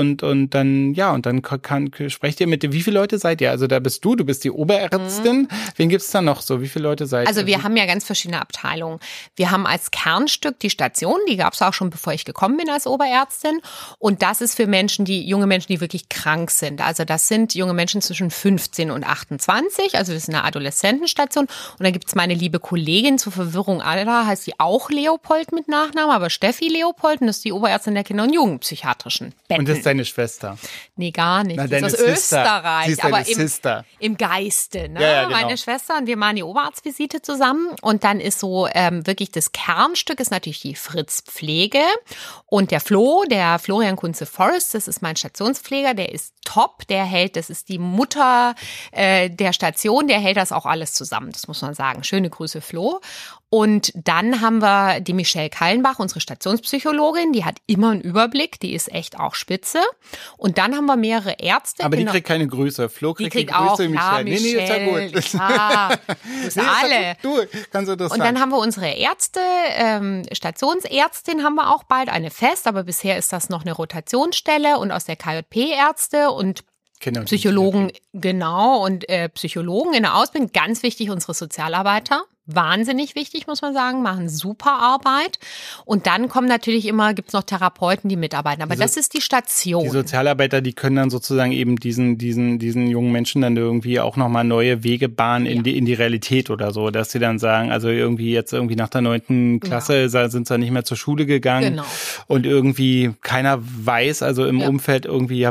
dann sprecht ihr mit, wie viele Leute seid ihr? Also da bist du bist die Oberärztin. Wen gibt's da noch so? Wie viele Leute seid ihr? Also wir haben ja ganz verschiedene Abteilungen. Wir haben als Kernstück die Station, die gab's auch schon, bevor ich gekommen bin als Oberärztin. Und das ist für junge Menschen, die wirklich krank sind. Also das sind junge Menschen zwischen 15 und 28. Also wir sind eine Adoleszentenstation. Und dann gibt's meine liebe Kollegin, zur Verwirrung aller, heißt sie auch Leopold mit Nachnamen, aber Steffi Leopold, und das ist die Oberärztin der Kinder- und Jugendpsychiatrischen Betten. Und das ist deine Schwester? Nee, gar nicht. Na, das ist aus Österreich. Sie ist aber im Geiste. Ne? Ja, genau. Meine Schwester und wir machen die Oberarztvisite zusammen. Und dann ist so wirklich das Kernstück ist natürlich die Fritz-Pflege. Und der Florian Kunze-Forrest, das ist mein Stationspfleger, der ist top. Das ist die Mutter der Station, der hält das auch alles zusammen. Das muss man sagen. Schöne Grüße, Flo. Und dann haben wir die Michelle Kallenbach, unsere Stationspsychologin, die hat immer einen Überblick, die ist echt auch spitze. Und dann haben wir mehrere Ärzte. Aber die kriegt keine Grüße. Flo kriegt die Grüße, auch, Michelle. Nee, ist ja gut. Ja, das alle. Ganz interessant. Und dann haben wir unsere Ärzte, Stationsärztin haben wir auch bald, eine fest, aber bisher ist das noch eine Rotationsstelle und aus der KJP Ärzte und Psychologen, genau, und Psychologen in der Ausbildung, ganz wichtig, unsere Sozialarbeiter. Wahnsinnig wichtig, muss man sagen, machen super Arbeit. Und dann gibt's noch Therapeuten, die mitarbeiten. Aber das ist die Station. Die Sozialarbeiter, die können dann sozusagen eben diesen jungen Menschen dann irgendwie auch nochmal neue Wege bahnen in die Realität oder so, dass sie dann sagen, also irgendwie nach der 9. Klasse sind sie dann nicht mehr zur Schule gegangen. Genau. Und irgendwie keiner weiß, also im Umfeld irgendwie,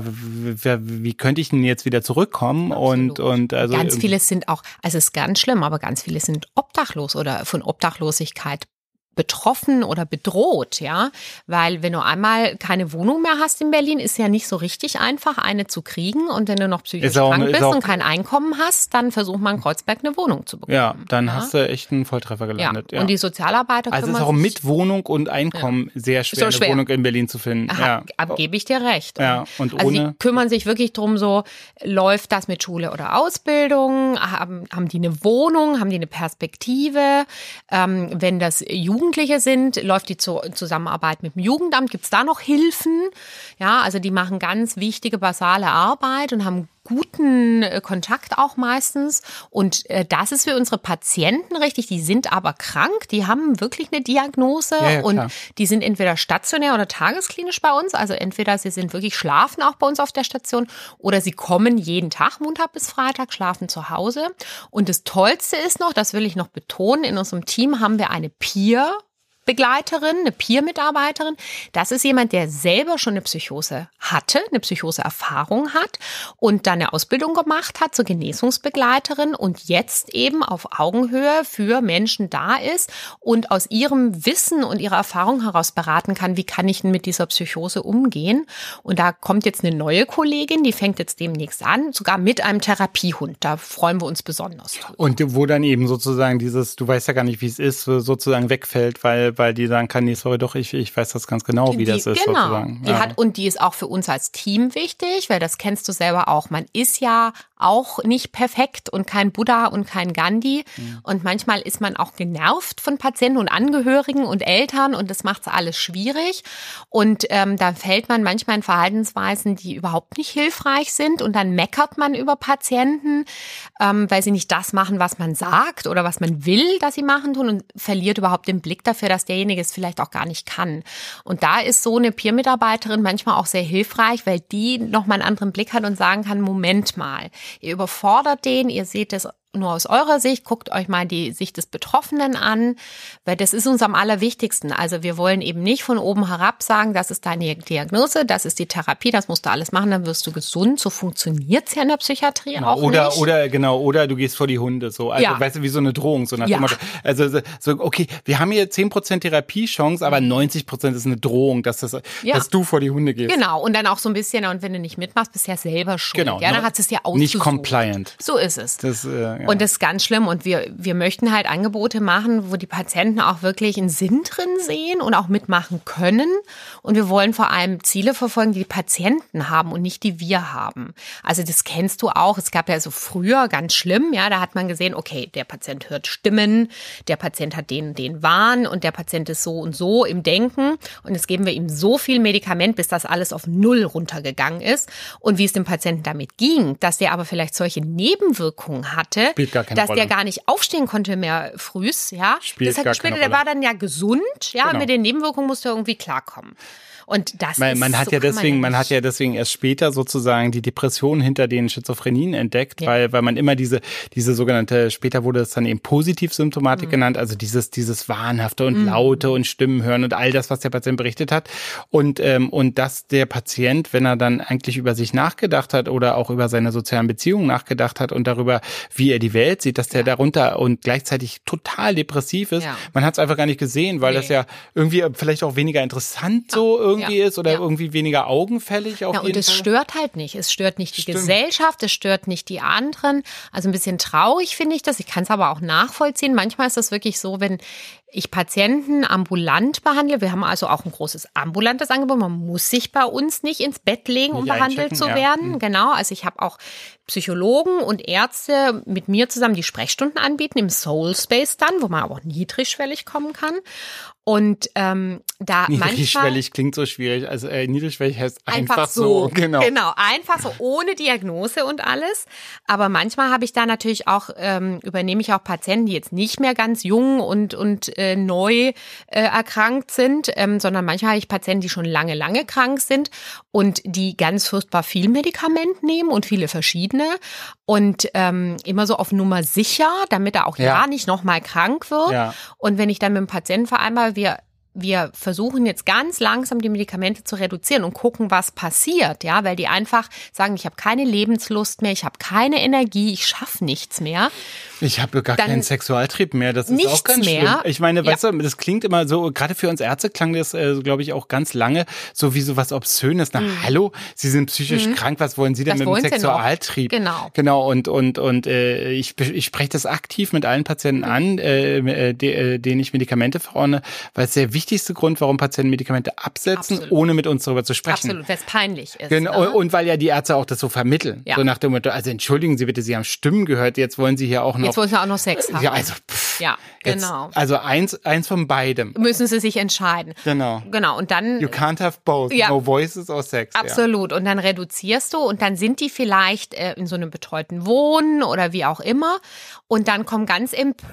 wie könnte ich denn jetzt wieder zurückkommen? Absolut. Und also ganz viele sind auch, also es ist ganz schlimm, aber ganz viele sind obdachlos oder von Obdachlosigkeit betroffen oder bedroht, ja, weil wenn du einmal keine Wohnung mehr hast in Berlin, ist ja nicht so richtig einfach, eine zu kriegen, und wenn du noch psychisch krank bist und kein Einkommen hast, dann versucht man in Kreuzberg eine Wohnung zu bekommen. Ja, dann hast du echt einen Volltreffer gelandet. Ja. Und die Sozialarbeiter kümmern sich... Also es ist auch mit Wohnung und Einkommen sehr schwer, eine Wohnung in Berlin zu finden. Gebe ich dir recht. Ja. Und also die kümmern sich wirklich drum, so läuft das mit Schule oder Ausbildung, haben die eine Wohnung, haben die eine Perspektive, wenn das Jugendliche sind, läuft die Zusammenarbeit mit dem Jugendamt, gibt es da noch Hilfen? Ja, also die machen ganz wichtige, basale Arbeit und haben guten Kontakt auch meistens. Und das ist für unsere Patienten richtig. Die sind aber krank, die haben wirklich eine Diagnose und die sind entweder stationär oder tagesklinisch bei uns. Also entweder sie sind wirklich schlafen auch bei uns auf der Station oder sie kommen jeden Tag, Montag bis Freitag, schlafen zu Hause. Und das Tollste ist noch, das will ich noch betonen, in unserem Team haben wir eine Peer-Begleiterin, eine Peer-Mitarbeiterin. Das ist jemand, der selber schon eine Psychose hatte, eine Psychose-Erfahrung hat und dann eine Ausbildung gemacht hat zur Genesungsbegleiterin und jetzt eben auf Augenhöhe für Menschen da ist und aus ihrem Wissen und ihrer Erfahrung heraus beraten kann, wie kann ich denn mit dieser Psychose umgehen. Und da kommt jetzt eine neue Kollegin, die fängt jetzt demnächst an, sogar mit einem Therapiehund. Da freuen wir uns besonders. Und wo dann eben sozusagen dieses, du weißt ja gar nicht, wie es ist, sozusagen wegfällt, weil die sagen kann, nee, sorry, doch, ich weiß das ganz genau, wie das ist. Genau, sozusagen. Die ist auch für uns als Team wichtig, weil das kennst du selber auch. Man ist ja auch nicht perfekt und kein Buddha und kein Gandhi. Und manchmal ist man auch genervt von Patienten und Angehörigen und Eltern und das macht es alles schwierig. Und da fällt man manchmal in Verhaltensweisen, die überhaupt nicht hilfreich sind und dann meckert man über Patienten, weil sie nicht das machen, was man sagt oder was man will, dass sie machen tun und verliert überhaupt den Blick dafür, dass derjenige es vielleicht auch gar nicht kann. Und da ist so eine Peer-Mitarbeiterin manchmal auch sehr hilfreich, weil die nochmal einen anderen Blick hat und sagen kann, Moment mal, ihr überfordert den, ihr seht es nur aus eurer Sicht, guckt euch mal die Sicht des Betroffenen an, weil das ist uns am allerwichtigsten. Also wir wollen eben nicht von oben herab sagen, das ist deine Diagnose, das ist die Therapie, das musst du alles machen, dann wirst du gesund. So funktioniert's ja in der Psychiatrie auch nicht. Oder du gehst vor die Hunde, so. Also, weißt du, wie so eine Drohung, so nach dem Motto. Also, so, okay, wir haben hier 10% Therapiechance, aber 90% ist eine Drohung, dass du vor die Hunde gehst. Genau. Und dann auch so ein bisschen, und wenn du nicht mitmachst, bist du ja selber schuld. Genau. Ja, dann hat es ja ausgesucht. Nicht compliant. So ist es. Und das ist ganz schlimm. Und wir möchten halt Angebote machen, wo die Patienten auch wirklich einen Sinn drin sehen und auch mitmachen können. Und wir wollen vor allem Ziele verfolgen, die die Patienten haben und nicht die wir haben. Also das kennst du auch. Es gab ja so früher ganz schlimm, ja, da hat man gesehen, okay, der Patient hört Stimmen, der Patient hat den Wahn und der Patient ist so und so im Denken. Und jetzt geben wir ihm so viel Medikament, bis das alles auf 0 runtergegangen ist. Und wie es dem Patienten damit ging, dass der aber vielleicht solche Nebenwirkungen hatte, dass der gar nicht aufstehen konnte mehr frühs, ja. Das hat gespielt, der war dann ja gesund, ja, genau. Mit den Nebenwirkungen musste er irgendwie klarkommen. Und das man hat ja deswegen erst später sozusagen die Depression hinter den Schizophrenien entdeckt, weil man immer diese sogenannte, später wurde es dann eben Positivsymptomatik genannt, also dieses Wahnhafte und Laute und Stimmen hören und all das, was der Patient berichtet hat. Und dass der Patient, wenn er dann eigentlich über sich nachgedacht hat oder auch über seine sozialen Beziehungen nachgedacht hat und darüber, wie er die Welt sieht, dass der darunter und gleichzeitig total depressiv ist. Ja. Man hat es einfach gar nicht gesehen, weil das ja irgendwie vielleicht auch weniger interessant so irgendwie ist oder irgendwie weniger augenfällig auf jeden Fall. Und es stört halt nicht. Es stört nicht die Gesellschaft, es stört nicht die anderen. Also ein bisschen traurig finde ich das. Ich kann es aber auch nachvollziehen. Manchmal ist das wirklich so, wenn ich Patienten ambulant behandle. Wir haben also auch ein großes ambulantes Angebot. Man muss sich bei uns nicht ins Bett legen, um behandelt zu werden. Genau. Also ich habe auch Psychologen und Ärzte mit mir zusammen, die Sprechstunden anbieten im Soul Space dann, wo man aber auch niedrigschwellig kommen kann. Und da niedrigschwellig klingt so schwierig. Also niedrigschwellig heißt einfach so. Genau, einfach so, ohne Diagnose und alles. Aber manchmal habe ich da natürlich auch, übernehme ich auch Patienten, die jetzt nicht mehr ganz jung und neu erkrankt sind, sondern manchmal habe ich Patienten, die schon lange krank sind und die ganz furchtbar viel Medikament nehmen und viele verschiedene und immer so auf Nummer sicher, damit er auch nicht nochmal krank wird. Ja. Und wenn ich dann mit dem Patienten vereinbare, wir versuchen jetzt ganz langsam die Medikamente zu reduzieren und gucken, was passiert, ja, weil die einfach sagen, ich habe keine Lebenslust mehr, ich habe keine Energie, ich schaffe nichts mehr. Ich habe gar keinen Sexualtrieb mehr, das ist auch ganz schlimm. Ich meine, weißt du, das klingt immer so, gerade für uns Ärzte klang das, glaube ich, auch ganz lange so wie so was Obszönes. Na, hallo, Sie sind psychisch krank, was wollen Sie denn mit dem Sexualtrieb? Genau, und ich spreche das aktiv mit allen Patienten an, denen ich Medikamente verordne, weil es der wichtigste Grund, warum Patienten Medikamente absetzen, ohne mit uns darüber zu sprechen. Absolut, weil es peinlich ist. Genau, und weil ja die Ärzte auch das so vermitteln. Ja. So nach dem Motto, also entschuldigen Sie bitte, Sie haben Stimmen gehört, jetzt wollen Sie hier auch noch... Jetzt wollen Sie auch noch Sex haben. Ja, also Ja, genau. Jetzt, also eins von beidem. Müssen sie sich entscheiden. Genau. Und dann... You can't have both. Ja. No voices or sex. Absolut. Ja. Und dann reduzierst du und dann sind die vielleicht in so einem betreuten Wohnen oder wie auch immer. Und dann kommen ganz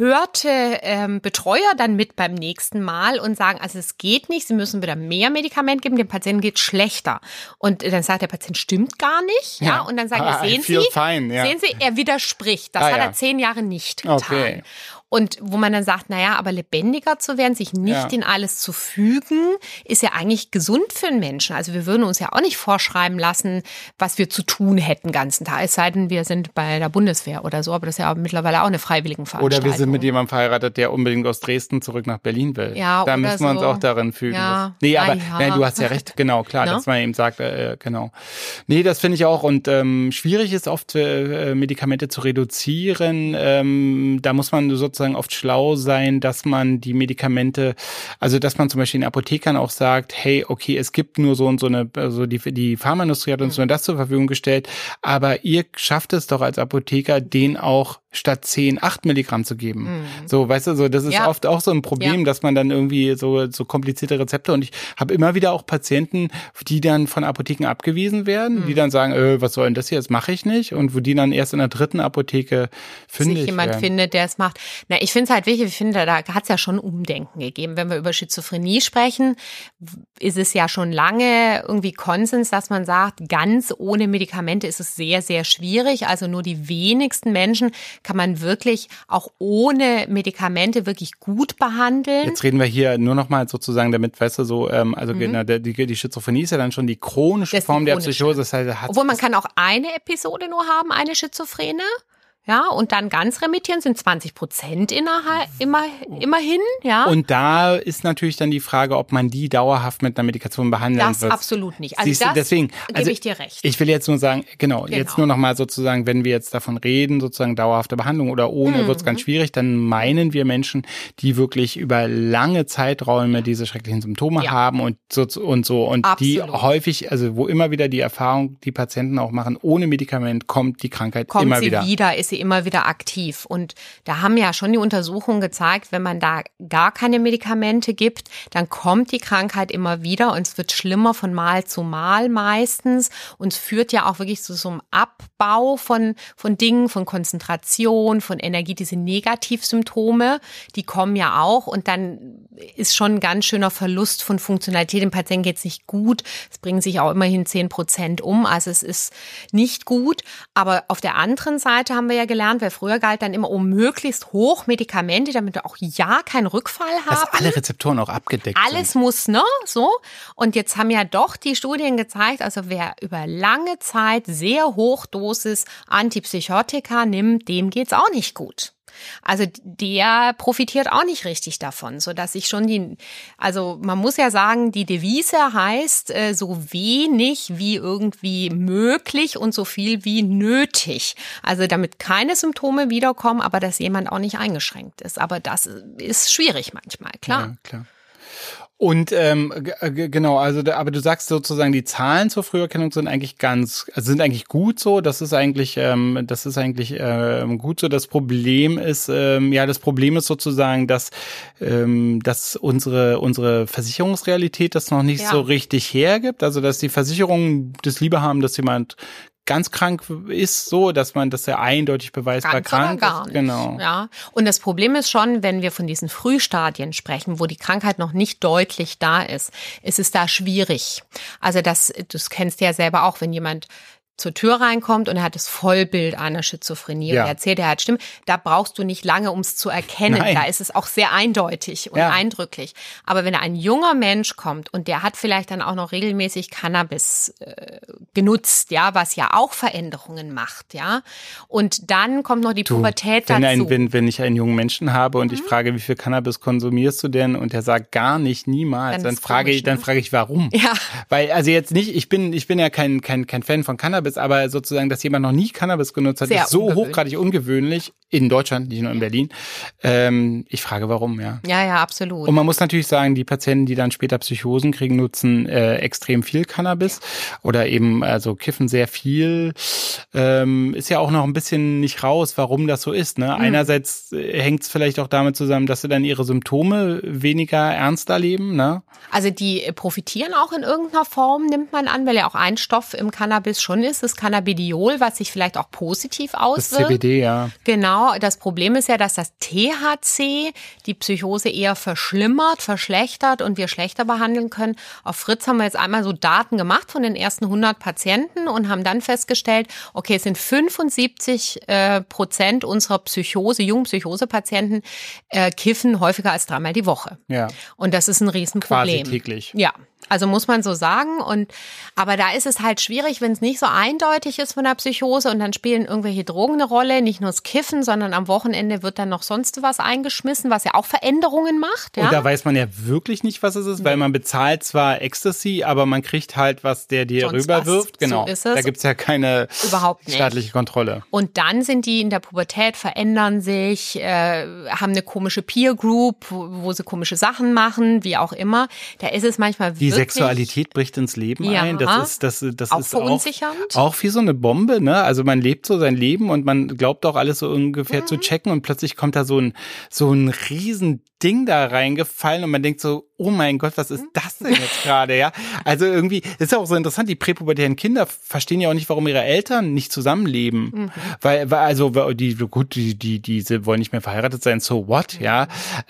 empörte Betreuer dann mit beim nächsten Mal und sagen, also es geht nicht, sie müssen wieder mehr Medikament geben, dem Patienten geht schlechter. Und dann sagt der Patient, stimmt gar nicht. Ja. Und dann sagen wir, sehen Sie, er widerspricht. Das hat er 10 Jahre nicht getan. Okay. Und wo man dann sagt, naja, aber lebendiger zu werden, sich nicht in alles zu fügen, ist ja eigentlich gesund für einen Menschen. Also wir würden uns ja auch nicht vorschreiben lassen, was wir zu tun hätten den ganzen Tag. Es sei denn, wir sind bei der Bundeswehr oder so, aber das ist ja mittlerweile auch eine Freiwilligenveranstaltung. Oder wir sind mit jemandem verheiratet, der unbedingt aus Dresden zurück nach Berlin will. Ja, da müssen wir uns auch darin fügen. Ja. Nee, aber nein, du hast ja recht, genau, klar, dass man eben sagt, genau. Nee, das finde ich auch. Und schwierig ist oft, Medikamente zu reduzieren. Da muss man sozusagen oft schlau sein, dass man die Medikamente, also dass man zum Beispiel den Apothekern auch sagt, hey, okay, es gibt nur so und so eine, also die Pharmaindustrie hat uns nur das zur Verfügung gestellt, aber ihr schafft es doch als Apotheker, den auch statt 10 8 Milligramm zu geben. So, weißt du, so das ist oft auch so ein Problem, dass man dann irgendwie so komplizierte Rezepte, und ich habe immer wieder auch Patienten, die dann von Apotheken abgewiesen werden, die dann sagen, was soll denn das hier, das mache ich nicht, und wo die dann erst in der 3. Apotheke fündig sich jemand werden. findet, der es macht. Na, ich finde es halt wichtig, ich finde, da hat es ja schon Umdenken gegeben. Wenn wir über Schizophrenie sprechen, ist es ja schon lange irgendwie Konsens, dass man sagt, ganz ohne Medikamente ist es sehr, sehr schwierig. Also nur die wenigsten Menschen kann man wirklich auch ohne Medikamente wirklich gut behandeln. Jetzt reden wir hier nur noch mal sozusagen damit, weißt du, so, also genau, die Schizophrenie ist ja dann schon die chronische Form der Psychose. Das heißt, obwohl man kann auch eine Episode nur haben, eine Schizophrene. Ja, und dann ganz remittieren sind 20% immerhin, ja. Und da ist natürlich dann die Frage, ob man die dauerhaft mit einer Medikation behandeln wird. Das absolut nicht. Also siehst du, deswegen, gebe ich dir recht. Ich will jetzt nur sagen, genau, jetzt nur noch mal sozusagen, wenn wir jetzt davon reden, sozusagen dauerhafte Behandlung oder ohne, wird es ganz schwierig, dann meinen wir Menschen, die wirklich über lange Zeiträume diese schrecklichen Symptome haben und die häufig, also wo immer wieder die Erfahrung die Patienten auch machen, ohne Medikament kommt die Krankheit immer wieder. Ist sie immer wieder aktiv. Und da haben ja schon die Untersuchungen gezeigt, wenn man da gar keine Medikamente gibt, dann kommt die Krankheit immer wieder und es wird schlimmer von Mal zu Mal meistens. Und es führt ja auch wirklich zu so einem Abbau von Dingen, von Konzentration, von Energie, diese Negativsymptome, die kommen ja auch. Und dann ist schon ein ganz schöner Verlust von Funktionalität. Dem Patienten geht es nicht gut. Es bringen sich auch immerhin 10% um. Also es ist nicht gut. Aber auf der anderen Seite haben wir ja gelernt, weil früher galt dann immer möglichst hoch Medikamente, damit wir auch keinen Rückfall haben. Dass alle Rezeptoren auch abgedeckt sind. Alles muss, ne? So. Und jetzt haben ja doch die Studien gezeigt, also wer über lange Zeit sehr Hochdosis Antipsychotika nimmt, dem geht's auch nicht gut. Also der profitiert auch nicht richtig davon, so dass ich schon also man muss ja sagen, die Devise heißt so wenig wie irgendwie möglich und so viel wie nötig. Also damit keine Symptome wiederkommen, aber dass jemand auch nicht eingeschränkt ist. Aber das ist schwierig manchmal, klar. Ja, klar. Und genau, also aber du sagst sozusagen, die Zahlen zur Früherkennung sind eigentlich sind eigentlich gut so. Das ist eigentlich gut so. Das Problem ist sozusagen, dass unsere Versicherungsrealität das noch nicht so richtig hergibt. Also dass die Versicherungen das lieber haben, dass jemand ganz krank ist, so, dass er eindeutig beweisbar krank ist. Genau. Ja. Und das Problem ist schon, wenn wir von diesen Frühstadien sprechen, wo die Krankheit noch nicht deutlich da ist es da schwierig. Also das kennst du ja selber auch, wenn jemand zur Tür reinkommt und er hat das Vollbild einer Schizophrenie und er erzählt, er hat Stimmen, da brauchst du nicht lange, um es zu erkennen. Nein. Da ist es auch sehr eindeutig und eindrücklich. Aber wenn ein junger Mensch kommt und der hat vielleicht dann auch noch regelmäßig Cannabis genutzt, ja, was ja auch Veränderungen macht, ja, und dann kommt noch die Pubertät dazu. Wenn ich einen jungen Menschen habe und ich frage, wie viel Cannabis konsumierst du denn, und der sagt gar nicht, niemals, dann frage ich, warum. Ja. Weil, also jetzt nicht, ich bin ja kein Fan von Cannabis, aber sozusagen, dass jemand noch nie Cannabis genutzt hat, ist so hochgradig ungewöhnlich. in Deutschland, nicht nur in Berlin. Ich frage, warum, ja. Ja, absolut. Und man muss natürlich sagen, die Patienten, die dann später Psychosen kriegen, nutzen extrem viel Cannabis oder eben also kiffen sehr viel. Ist ja auch noch ein bisschen nicht raus, warum das so ist. Ne? Einerseits hängt es vielleicht auch damit zusammen, dass sie dann ihre Symptome weniger ernst erleben. Ne? Also die profitieren auch in irgendeiner Form, nimmt man an, weil ja auch ein Stoff im Cannabis schon ist, das Cannabidiol, was sich vielleicht auch positiv auswirkt. Das CBD, ja. Genau, das Problem ist ja, dass das THC die Psychose eher verschlimmert, verschlechtert und wir schlechter behandeln können. Auf Fritz haben wir jetzt einmal so Daten gemacht von den ersten 100 Patienten und haben dann festgestellt, okay, es sind 75% unserer jungen Psychose-Patienten kiffen häufiger als 3-mal die Woche. Ja. Und das ist ein Riesenproblem. Quasi täglich. Ja. Also muss man so sagen. Aber da ist es halt schwierig, wenn es nicht so eindeutig ist von der Psychose und dann spielen irgendwelche Drogen eine Rolle, nicht nur das Kiffen, sondern am Wochenende wird dann noch sonst was eingeschmissen, was ja auch Veränderungen macht. Ja? Und da weiß man ja wirklich nicht, was es ist, weil man bezahlt zwar Ecstasy, aber man kriegt halt, was der dir sonst rüberwirft. Genau. So ist es. Da gibt's ja keine Überhaupt staatliche Kontrolle. Und dann sind die in der Pubertät, verändern sich, haben eine komische Peer Group, wo sie komische Sachen machen, wie auch immer. Da ist es manchmal wirklich... Die Sexualität bricht ins Leben ein. Das ist auch verunsichernd. Auch wie so eine Bombe, ne? Also man lebt so sein Leben und man glaubt auch alles so ungefähr zu checken und plötzlich kommt da so ein riesen Ding da reingefallen und man denkt so, oh mein Gott, was ist das denn jetzt gerade, ja? Also irgendwie, ist ja auch so interessant, die präpubertären Kinder verstehen ja auch nicht, warum ihre Eltern nicht zusammenleben. Weil die wollen nicht mehr verheiratet sein, so what, ja?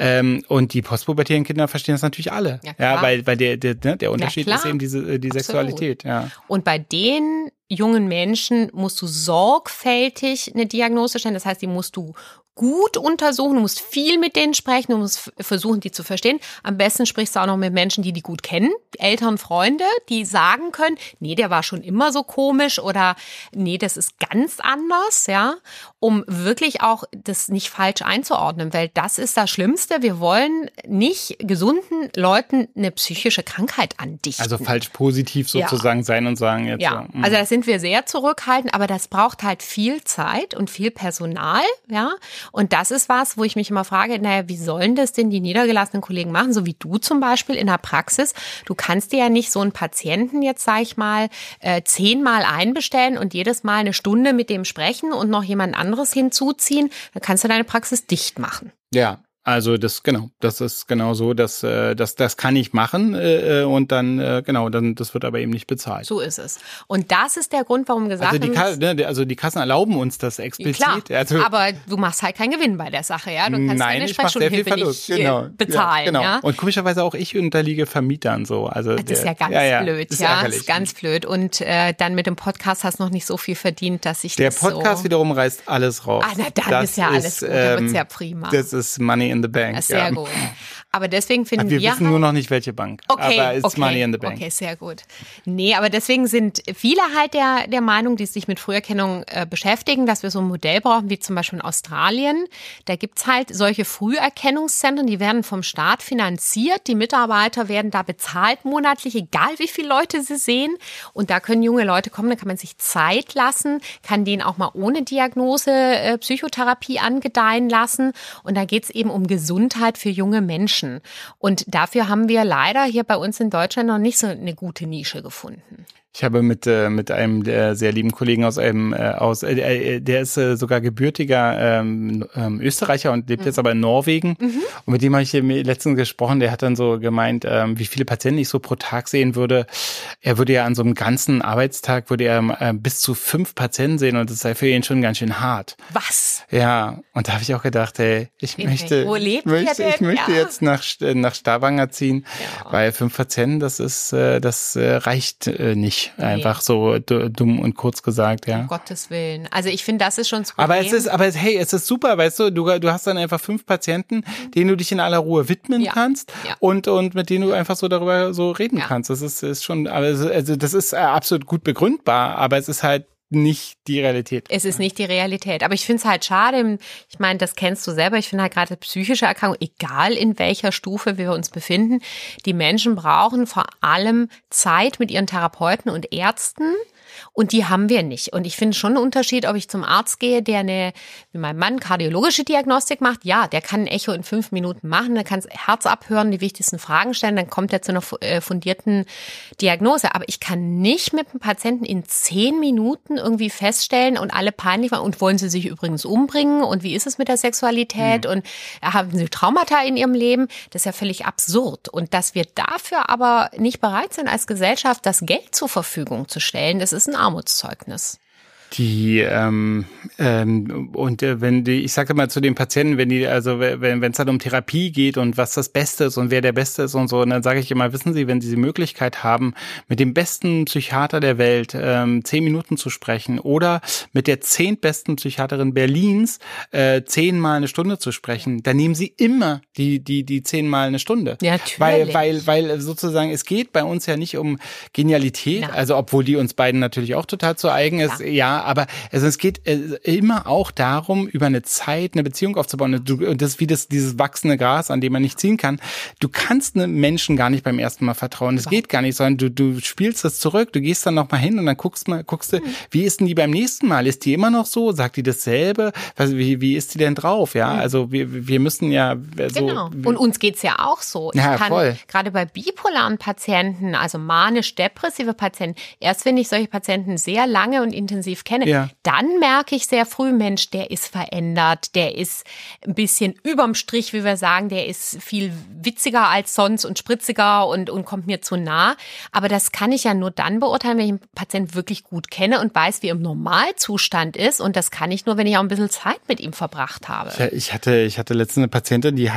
Und die postpubertären Kinder verstehen das natürlich alle. Ja, weil der Unterschied ist eben die Sexualität, ja. Und bei den jungen Menschen musst du sorgfältig eine Diagnose stellen, das heißt, die musst du gut untersuchen, du musst viel mit denen sprechen, du musst versuchen, die zu verstehen. Am besten sprichst du auch noch mit Menschen, die gut kennen, Eltern, Freunde, die sagen können, nee, der war schon immer so komisch oder nee, das ist ganz anders, ja, um wirklich auch das nicht falsch einzuordnen, weil das ist das Schlimmste. Wir wollen nicht gesunden Leuten eine psychische Krankheit andichten. Also falsch positiv sozusagen sein und sagen jetzt. Ja, also da sind wir sehr zurückhaltend, aber das braucht halt viel Zeit und viel Personal, ja. Und das ist was, wo ich mich immer frage, naja, wie sollen das denn die niedergelassenen Kollegen machen, so wie du zum Beispiel in der Praxis? Du kannst dir ja nicht so einen Patienten jetzt, sag ich mal, 10-mal einbestellen und jedes Mal eine Stunde mit dem sprechen und noch jemand anderes hinzuziehen. Dann kannst du deine Praxis dicht machen. Ja. Also das ist genau so, das kann ich machen und dann das wird aber eben nicht bezahlt. So ist es. Und das ist der Grund, warum gesagt wird. Die Kassen erlauben uns das explizit. Klar, aber du machst halt keinen Gewinn bei der Sache, ja. Du kannst deine Sprechstundenhilfe nicht bezahlen, genau. Ja. Und komischerweise auch ich unterliege Vermietern so. Also das ist ja ganz blöd, ja. Das ist ganz blöd. Und dann mit dem Podcast hast du noch nicht so viel verdient, dass ich der Podcast wiederum reißt alles raus. Na dann ist ja alles gut, dann wird's ja prima. Das ist Money in the Bank. Das ist sehr gut. Aber deswegen finden wir wissen nur noch nicht, welche Bank. Aber es ist Money in the Bank. Okay, sehr gut. Nee, aber deswegen sind viele halt der Meinung, die sich mit Früherkennung beschäftigen, dass wir so ein Modell brauchen, wie zum Beispiel in Australien. Da gibt's halt solche Früherkennungszentren, die werden vom Staat finanziert. Die Mitarbeiter werden da bezahlt monatlich, egal wie viele Leute sie sehen. Und da können junge Leute kommen, da kann man sich Zeit lassen, kann denen auch mal ohne Diagnose Psychotherapie angedeihen lassen. Und da geht's eben um Gesundheit für junge Menschen. Und dafür haben wir leider hier bei uns in Deutschland noch nicht so eine gute Nische gefunden. Ich habe mit einem der sehr lieben Kollegen der ist sogar gebürtiger Österreicher und lebt jetzt aber in Norwegen. Und mit dem habe ich letztens gesprochen, der hat dann so gemeint, wie viele Patienten ich so pro Tag sehen würde. Er würde ja an so einem ganzen Arbeitstag bis zu 5 Patienten sehen und das sei für ihn schon ganz schön hart. Was? Ja, und da habe ich auch gedacht, ich möchte jetzt nach Stavanger ziehen, weil 5 Patienten, das reicht nicht. Einfach so dumm und kurz gesagt, ja. Um Gottes Willen. Also ich finde, das ist schon das Problem. Aber es ist super, weißt du hast dann einfach 5 Patienten, denen du dich in aller Ruhe widmen kannst und mit denen du einfach so darüber so reden kannst. Das ist schon, also das ist absolut gut begründbar, aber es ist halt nicht die Realität. Es ist nicht die Realität. Aber ich finde es halt schade. Ich meine, das kennst du selber. Ich finde halt gerade psychische Erkrankungen, egal in welcher Stufe wir uns befinden, die Menschen brauchen vor allem Zeit mit ihren Therapeuten und Ärzten. Und die haben wir nicht. Und ich finde schon einen Unterschied, ob ich zum Arzt gehe, der wie mein Mann, kardiologische Diagnostik macht. Ja, der kann ein Echo in 5 Minuten machen, der kann das Herz abhören, die wichtigsten Fragen stellen, dann kommt er zu einer fundierten Diagnose. Aber ich kann nicht mit dem Patienten in 10 Minuten irgendwie feststellen und alle peinlich waren. Und wollen sie sich übrigens umbringen? Und wie ist es mit der Sexualität? Und haben sie Traumata in ihrem Leben? Das ist ja völlig absurd. Und dass wir dafür aber nicht bereit sind, als Gesellschaft das Geld zur Verfügung zu stellen, das ist ein Armutszeugnis. Wenn ich sage mal zu den Patienten, wenn es dann um Therapie geht und was das Beste ist und wer der Beste ist und so, und dann sage ich immer, wissen Sie, wenn Sie die Möglichkeit haben, mit dem besten Psychiater der Welt 10 Minuten zu sprechen oder mit der 10. besten Psychiaterin Berlins 10-mal eine Stunde zu sprechen, dann nehmen Sie immer die 10-mal eine Stunde. Ja, natürlich. Weil sozusagen, es geht bei uns ja nicht um Genialität, also obwohl die uns beiden natürlich auch total zu eigen ist, ja, aber es geht immer auch darum, über eine Zeit eine Beziehung aufzubauen. Und das ist wie dieses wachsende Gras, an dem man nicht ziehen kann. Du kannst einem Menschen gar nicht beim ersten Mal vertrauen. Das geht gar nicht, sondern du spielst das zurück. Du gehst dann noch mal hin und dann guckst du, wie ist denn die beim nächsten Mal? Ist die immer noch so? Sagt die dasselbe? Wie ist die denn drauf? Ja, also wir müssen ja so. Genau. Und uns geht's ja auch so. Ich kann gerade bei bipolaren Patienten, also manisch-depressive Patienten, erst wenn ich solche Patienten sehr lange und intensiv kenne, dann merke ich sehr früh, Mensch, der ist verändert, der ist ein bisschen überm Strich, wie wir sagen, der ist viel witziger als sonst und spritziger und kommt mir zu nah. Aber das kann ich ja nur dann beurteilen, wenn ich einen Patienten wirklich gut kenne und weiß, wie er im Normalzustand ist. Und das kann ich nur, wenn ich auch ein bisschen Zeit mit ihm verbracht habe. Ja, ich hatte letztens eine Patientin, die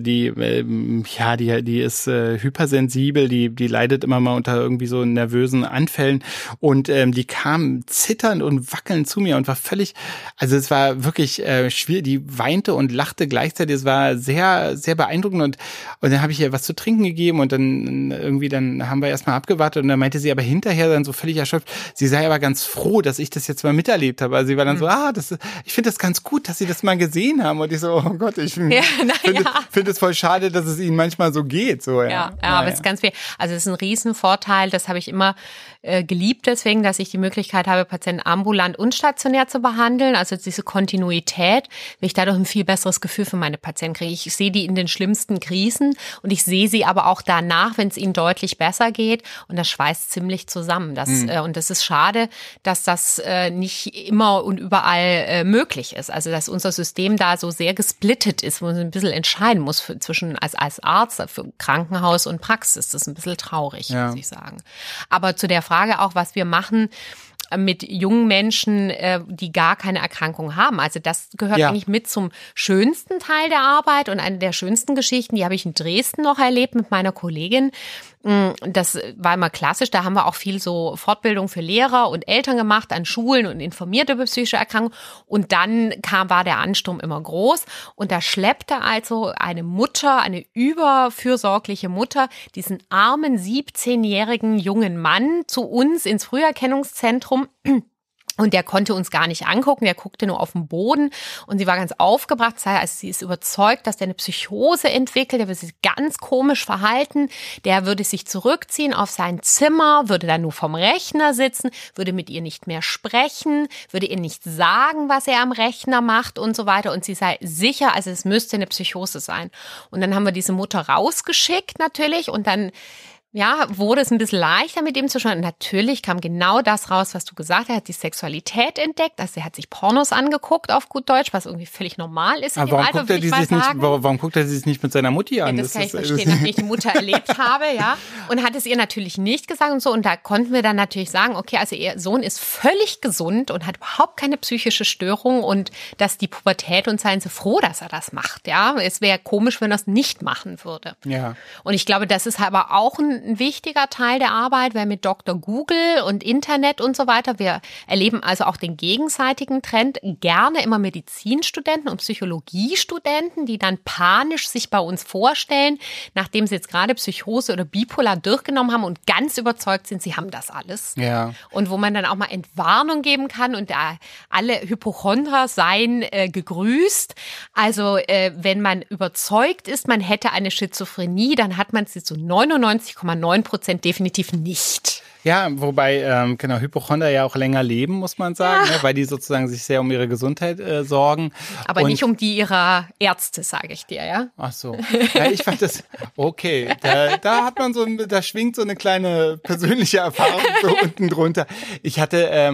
ist hypersensibel, die leidet immer mal unter irgendwie so nervösen Anfällen und die kam zitternd und wackelnd zu mir und war völlig, also es war wirklich schwierig, die weinte und lachte gleichzeitig, es war sehr, sehr beeindruckend und dann habe ich ihr was zu trinken gegeben und dann haben wir erstmal abgewartet und dann meinte sie aber hinterher dann so völlig erschöpft, sie sei aber ganz froh, dass ich das jetzt mal miterlebt habe. Also sie war dann so, ich finde das ganz gut, dass sie das mal gesehen haben und ich so, oh Gott, ich finde es voll schade, dass es ihnen manchmal so geht. So, aber es ist ganz viel, also es ist ein Riesenvorteil, das habe ich immer geliebt deswegen, dass ich die Möglichkeit habe, Patienten ambulant und stationär zu behandeln, also diese Kontinuität, weil ich dadurch ein viel besseres Gefühl für meine Patienten kriege. Ich sehe die in den schlimmsten Krisen und ich sehe sie aber auch danach, wenn es ihnen deutlich besser geht und das schweißt ziemlich zusammen. Und das ist schade, dass das nicht immer und überall möglich ist. Also dass unser System da so sehr gesplittet ist, wo man ein bisschen entscheiden muss zwischen als Arzt, für Krankenhaus und Praxis. Das ist ein bisschen traurig, muss ich sagen. Aber zu der Frage auch, was wir machen mit jungen Menschen, die gar keine Erkrankung haben. Also das gehört eigentlich mit zum schönsten Teil der Arbeit und eine der schönsten Geschichten, die habe ich in Dresden noch erlebt mit meiner Kollegin. Das war immer klassisch, da haben wir auch viel so Fortbildung für Lehrer und Eltern gemacht an Schulen und informiert über psychische Erkrankungen und dann war der Ansturm immer groß und da schleppte also eine Mutter, eine überfürsorgliche Mutter, diesen armen 17-jährigen jungen Mann zu uns ins Früherkennungszentrum. Und der konnte uns gar nicht angucken, der guckte nur auf den Boden und sie war ganz aufgebracht. Das heißt, sie ist überzeugt, dass der eine Psychose entwickelt, der würde sich ganz komisch verhalten, der würde sich zurückziehen auf sein Zimmer, würde dann nur vom Rechner sitzen, würde mit ihr nicht mehr sprechen, würde ihr nicht sagen, was er am Rechner macht und so weiter. Und sie sei sicher, also es müsste eine Psychose sein. Und dann haben wir diese Mutter rausgeschickt natürlich und dann wurde es ein bisschen leichter mit ihm zu schauen. Natürlich kam genau das raus, was du gesagt hast. Er hat die Sexualität entdeckt. Also er hat sich Pornos angeguckt auf gut Deutsch, was irgendwie völlig normal ist. Aber warum guckt er sich nicht mit seiner Mutti an? Ja, das kann ich verstehen, nachdem ich die Mutter erlebt habe, Und hat es ihr natürlich nicht gesagt und so. Und da konnten wir dann natürlich sagen, okay, also ihr Sohn ist völlig gesund und hat überhaupt keine psychische Störung und dass die Pubertät und seien sie froh, dass er das macht, Es wäre komisch, wenn er es nicht machen würde. Ja. Und ich glaube, das ist aber auch ein wichtiger Teil der Arbeit, weil mit Dr. Google und Internet und so weiter, wir erleben also auch den gegenseitigen Trend, gerne immer Medizinstudenten und Psychologiestudenten, die dann panisch sich bei uns vorstellen, nachdem sie jetzt gerade Psychose oder bipolar durchgenommen haben und ganz überzeugt sind, sie haben das alles. Ja. Und wo man dann auch mal Entwarnung geben kann und alle Hypochonder seien gegrüßt. Also wenn man überzeugt ist, man hätte eine Schizophrenie, dann hat man sie zu 99,9% definitiv nicht. Ja, wobei Hypochonder ja auch länger leben, muss man sagen, ne, weil die sozusagen sich sehr um ihre Gesundheit sorgen. Aber nicht um die ihrer Ärzte, sage ich dir, ja? Ach so. Ja, ich fand das, okay, da hat man da schwingt so eine kleine persönliche Erfahrung so unten drunter. Ich hatte,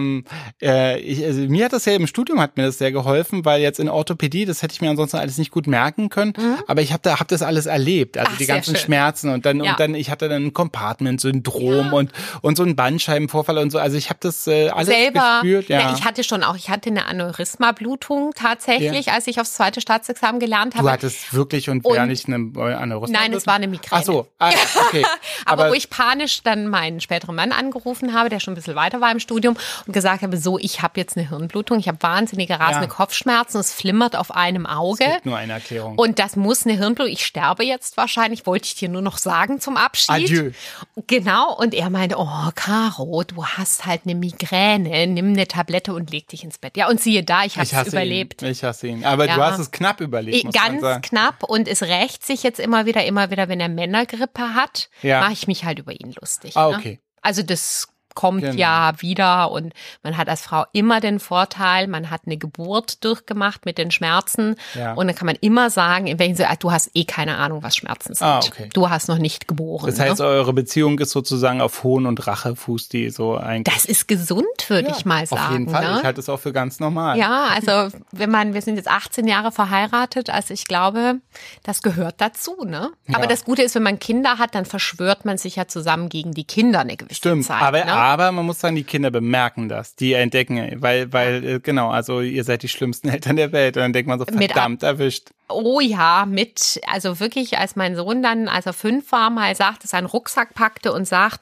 mir hat das ja im Studium hat mir das sehr geholfen, weil jetzt in Orthopädie, das hätte ich mir ansonsten alles nicht gut merken können, aber ich habe das alles erlebt, also die ganzen Schmerzen und dann ich hatte dann ein Compartment-Syndrom und so ein Bandscheibenvorfall und so, also ich habe das alles selber gespürt. Ja. Ich hatte eine Aneurysma-Blutung tatsächlich, als ich aufs zweite Staatsexamen gelernt habe. Du hattest wirklich und wäre nicht eine Aneurysma? Nein, es war eine Migräne. Ach so, okay. aber wo ich panisch dann meinen späteren Mann angerufen habe, der schon ein bisschen weiter war im Studium und gesagt habe, so, ich habe jetzt eine Hirnblutung, ich habe wahnsinnige rasende Kopfschmerzen, es flimmert auf einem Auge. Es gibt nur eine Erklärung. Und das muss eine Hirnblutung, ich sterbe jetzt wahrscheinlich, wollte ich dir nur noch sagen zum Abschied. Adieu. Genau, und er meinte, oh, Caro, du hast halt eine Migräne, nimm eine Tablette und leg dich ins Bett. Ja, und siehe da, ich habe es überlebt. Ich hasse ihn. Aber du hast es knapp überlebt, muss man sagen. Ganz knapp, und es rächt sich jetzt immer wieder, wenn er Männergrippe hat, mache ich mich halt über ihn lustig. Okay. Ne? Also das kommt ja wieder, und man hat als Frau immer den Vorteil, man hat eine Geburt durchgemacht mit den Schmerzen und dann kann man immer sagen, du hast keine Ahnung, was Schmerzen sind. Okay. Du hast noch nicht geboren. Das heißt, eure Beziehung ist sozusagen auf Hohn und Rachefuß, die so eigentlich... Das ist gesund, würde ich mal sagen. Auf jeden Fall, ne? Ich halte es auch für ganz normal. Ja, also wir sind jetzt 18 Jahre verheiratet, also ich glaube, das gehört dazu, ne? Ja. Aber das Gute ist, wenn man Kinder hat, dann verschwört man sich ja zusammen gegen die Kinder eine gewisse Zeit. Aber man muss sagen, die Kinder bemerken das, die entdecken, weil also ihr seid die schlimmsten Eltern der Welt, und dann denkt man so, verdammt, erwischt. Oh ja, also wirklich, als mein Sohn dann, als er 5 war, mal sagte, seinen Rucksack packte und sagt,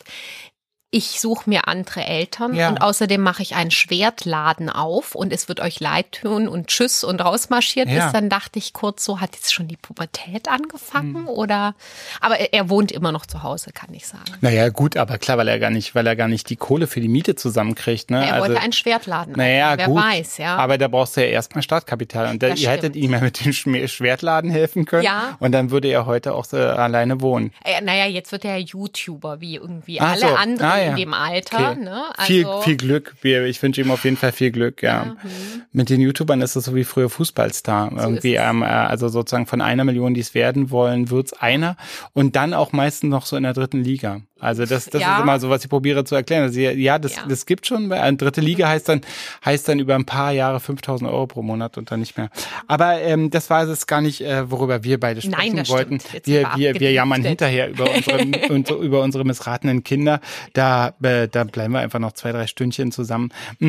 ich suche mir andere Eltern und außerdem mache ich einen Schwertladen auf und es wird euch leid tun und tschüss und rausmarschiert ist, dann dachte ich kurz so, hat jetzt schon die Pubertät angefangen oder? Aber er wohnt immer noch zu Hause, kann ich sagen. Naja, gut, aber klar, weil er gar nicht die Kohle für die Miete zusammenkriegt. Ne? Er wollte einen Schwertladen aufmachen, wer weiß, ja. Aber da brauchst du ja erstmal Startkapital und ihr hättet ihm ja mit dem Schwertladen helfen können und dann würde er heute auch so alleine wohnen. Naja, jetzt wird er YouTuber, wie irgendwie alle anderen in dem Alter. Okay. Ne? Also viel Glück. Ich wünsche ihm auf jeden Fall viel Glück. Ja. Mit den YouTubern ist es so wie früher Fußballstar. So irgendwie, also sozusagen von 1 Million, die es werden wollen, wird's einer. Und dann auch meistens noch so in der 3. Liga. Also das ist immer so, was ich probiere zu erklären. Also das gibt schon. Eine 3. Liga heißt dann über ein paar Jahre 5.000 Euro pro Monat und dann nicht mehr. Aber das war es gar nicht, worüber wir beide sprechen wollten. Wir jammern hinterher über unsere missratenen Kinder. Da bleiben wir einfach noch 2-3 Stündchen zusammen.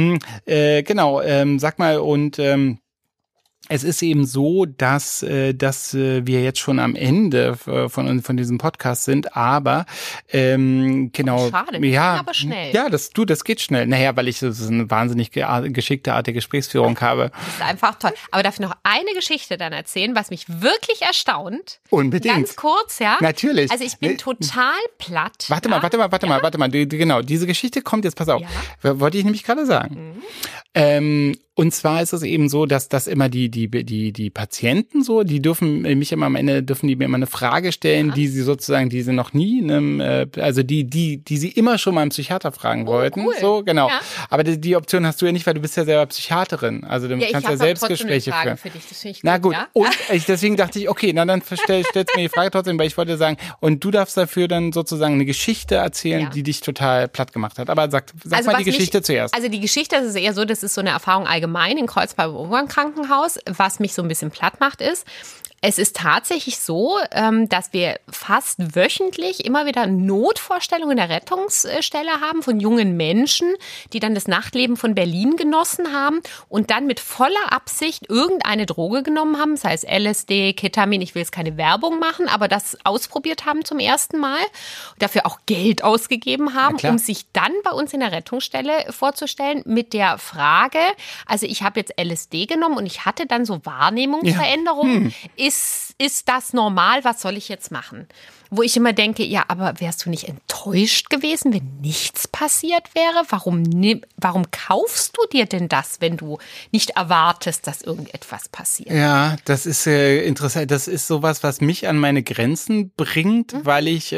Sag mal, und es ist eben so, dass wir jetzt schon am Ende von diesem Podcast sind, aber schade, wir aber schnell. Ja, das geht schnell. Naja, weil ich so eine wahnsinnig geschickte Art der Gesprächsführung habe. Das ist einfach toll. Aber darf ich noch eine Geschichte dann erzählen, was mich wirklich erstaunt? Unbedingt. Ganz kurz, ja? Natürlich. Also ich bin total platt. Warte mal. Genau, diese Geschichte kommt jetzt, pass auf. Ja. Wollte ich nämlich gerade sagen. Und zwar ist es eben so, dass immer die Patienten so, die dürfen mich immer am Ende, dürfen die mir immer eine Frage stellen, die sie noch nie also die sie immer schon mal einen Psychiater fragen wollten. Cool. So, genau. Ja. Aber die Option hast du ja nicht, weil du bist ja selber Psychiaterin. Also du kannst ja Selbstgespräche führen. Für dich. Das finde ich gut. Na gut. Ja? Und deswegen dachte ich, okay, dann stellst mir die Frage trotzdem, weil ich wollte sagen, und du darfst dafür dann sozusagen eine Geschichte erzählen, die dich total platt gemacht hat. Aber sag mal die Geschichte zuerst. Also die Geschichte, das ist eher so, das ist so eine Erfahrung allgemein in Kreuzberg im Oberkrankenhaus. Was mich so ein bisschen platt macht, ist, es ist tatsächlich so, dass wir fast wöchentlich immer wieder Notvorstellungen in der Rettungsstelle haben von jungen Menschen, die dann das Nachtleben von Berlin genossen haben und dann mit voller Absicht irgendeine Droge genommen haben, sei es LSD, Ketamin, ich will jetzt keine Werbung machen, aber das ausprobiert haben zum ersten Mal, dafür auch Geld ausgegeben haben, um sich dann bei uns in der Rettungsstelle vorzustellen mit der Frage, also ich habe jetzt LSD genommen und ich hatte dann so Wahrnehmungsveränderungen, ist das normal? Was soll ich jetzt machen? Wo ich immer denke, ja, aber wärst du nicht enttäuscht gewesen, wenn nichts passiert wäre? Warum kaufst du dir denn das, wenn du nicht erwartest, dass irgendetwas passiert? Ja, das ist interessant. Das ist sowas, was mich an meine Grenzen bringt, weil ich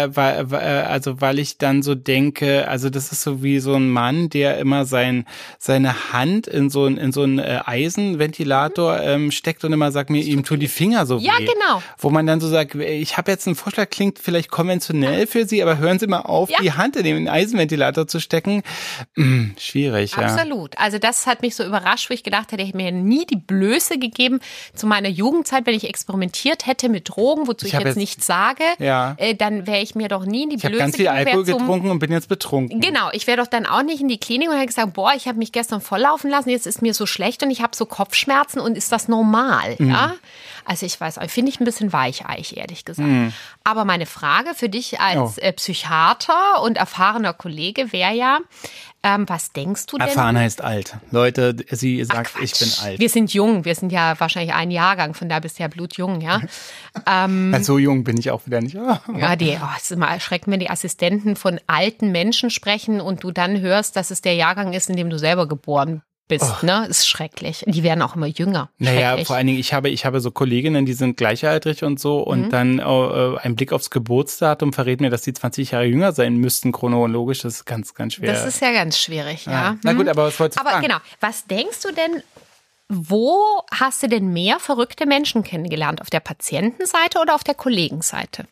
dann so denke, also das ist so wie so ein Mann, der immer seine Hand in so einen Eisenventilator steckt und immer sagt, ihm tun die Finger so weh. Ja, genau. Wo man dann so sagt, ich habe jetzt einen Vorschlag, klingt vielleicht konventionell für Sie, aber hören Sie mal auf, die Hand in den Eisenventilator zu stecken. Schwierig, ja. Absolut. Also das hat mich so überrascht, wo ich gedacht hätte, ich mir nie die Blöße gegeben zu meiner Jugendzeit, wenn ich experimentiert hätte mit Drogen, wozu ich jetzt nichts sage, dann wäre ich mir doch nie in die Blöße gegeben. Ich habe ganz viel Alkohol getrunken und bin jetzt betrunken. Genau, ich wäre doch dann auch nicht in die Klinik und hätte gesagt, boah, ich habe mich gestern volllaufen lassen, jetzt ist mir so schlecht und ich habe so Kopfschmerzen und ist das normal, ja? Also ich weiß, finde ich ein bisschen weicheich, ehrlich gesagt. Aber meine Frage für dich als Psychiater und erfahrener Kollege wäre ja, was denkst du denn? Erfahren heißt alt. Leute, sie sagt, ich bin alt. Wir sind jung, wir sind ja wahrscheinlich ein Jahrgang, von da bist du ja blutjung, ja. So jung bin ich auch wieder nicht. Ja, es ist immer erschreckend, wenn die Assistenten von alten Menschen sprechen und du dann hörst, dass es der Jahrgang ist, in dem du selber geboren bist, ne? Ist schrecklich. Die werden auch immer jünger. Naja, vor allen Dingen, ich habe so Kolleginnen, die sind gleichaltrig und so und dann ein Blick aufs Geburtsdatum verrät mir, dass die 20 Jahre jünger sein müssten, chronologisch. Das ist ganz, ganz schwer. Das ist ja ganz schwierig, ja. Na gut, aber was wolltest du fragen? Aber genau, was denkst du denn, wo hast du denn mehr verrückte Menschen kennengelernt? Auf der Patientenseite oder auf der Kollegenseite?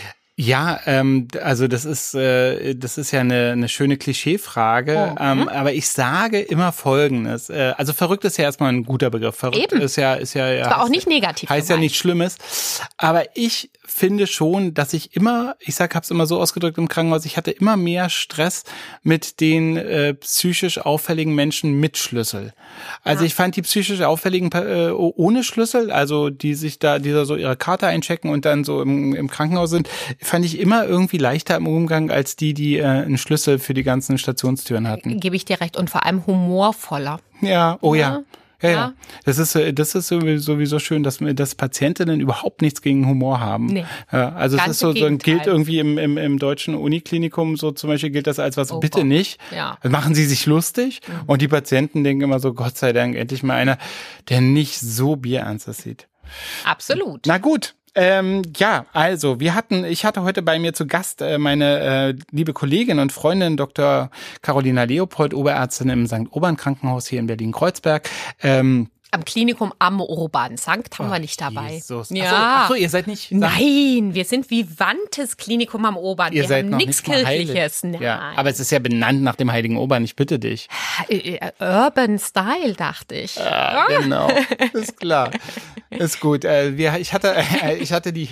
Ja, also das ist ja eine schöne Klischeefrage, aber ich sage immer Folgendes. Also verrückt ist ja erstmal ein guter Begriff. Verrückt ist ja aber auch nicht negativ. Heißt ja nichts Schlimmes. Aber ich finde schon, dass ich immer, hab's immer so ausgedrückt im Krankenhaus, ich hatte immer mehr Stress mit den psychisch auffälligen Menschen mit Schlüssel. Also ich fand die psychisch auffälligen ohne Schlüssel, also die da so ihre Karte einchecken und dann so im Krankenhaus sind, fand ich immer irgendwie leichter im Umgang als die einen Schlüssel für die ganzen Stationstüren hatten. Gebe ich dir recht. Und vor allem humorvoller. Ja, Ja. Das ist sowieso schön, dass Patientinnen überhaupt nichts gegen Humor haben. Nee. Also es ist so gilt irgendwie im deutschen Uniklinikum so zum Beispiel gilt das als was, bitte nicht. Ja. Dann machen sie sich lustig und die Patienten denken immer so, Gott sei Dank, endlich mal einer, der nicht so bierernst das sieht. Absolut. Na gut. Also ich hatte heute bei mir zu Gast meine liebe Kollegin und Freundin Dr. Carolina Leopold, Oberärztin im St. Urban Krankenhaus hier in Berlin-Kreuzberg. Am Klinikum am Urban Sankt haben wir nicht dabei. Jesus. Ja. Ach so, ihr seid nicht... Nein, wir sind Vivantes Klinikum am Urban. Ihr seid haben noch nichts Kirchliches. Nein. Ja, aber es ist ja benannt nach dem heiligen Urban, ich bitte dich. Urban Style, dachte ich. Ja, genau, ist klar. Ist gut. Ich hatte die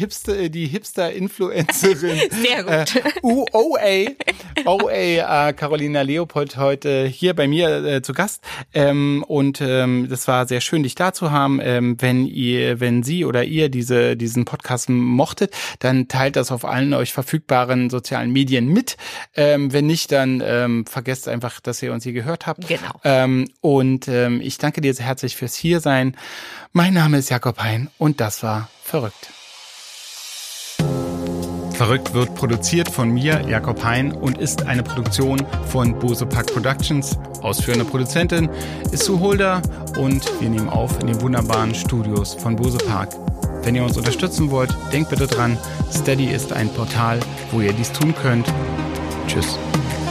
Hipster-Influencerin. Sehr gut. OA, Carolina Leopold heute hier bei mir zu Gast. Und das war sehr schön, dich da zu haben. Wenn Sie oder ihr diesen Podcast mochtet, dann teilt das auf allen euch verfügbaren sozialen Medien mit. Wenn nicht, dann vergesst einfach, dass ihr uns hier gehört habt. Genau. Und ich danke dir sehr herzlich fürs Hiersein. Mein Name ist Jakob Hein und das war Verrückt. Verrückt wird produziert von mir, Jakob Hein, und ist eine Produktion von Bose Park Productions. Ausführende Produzentin ist Sue Holder und wir nehmen auf in den wunderbaren Studios von Bose Park. Wenn ihr uns unterstützen wollt, denkt bitte dran, Steady ist ein Portal, wo ihr dies tun könnt. Tschüss.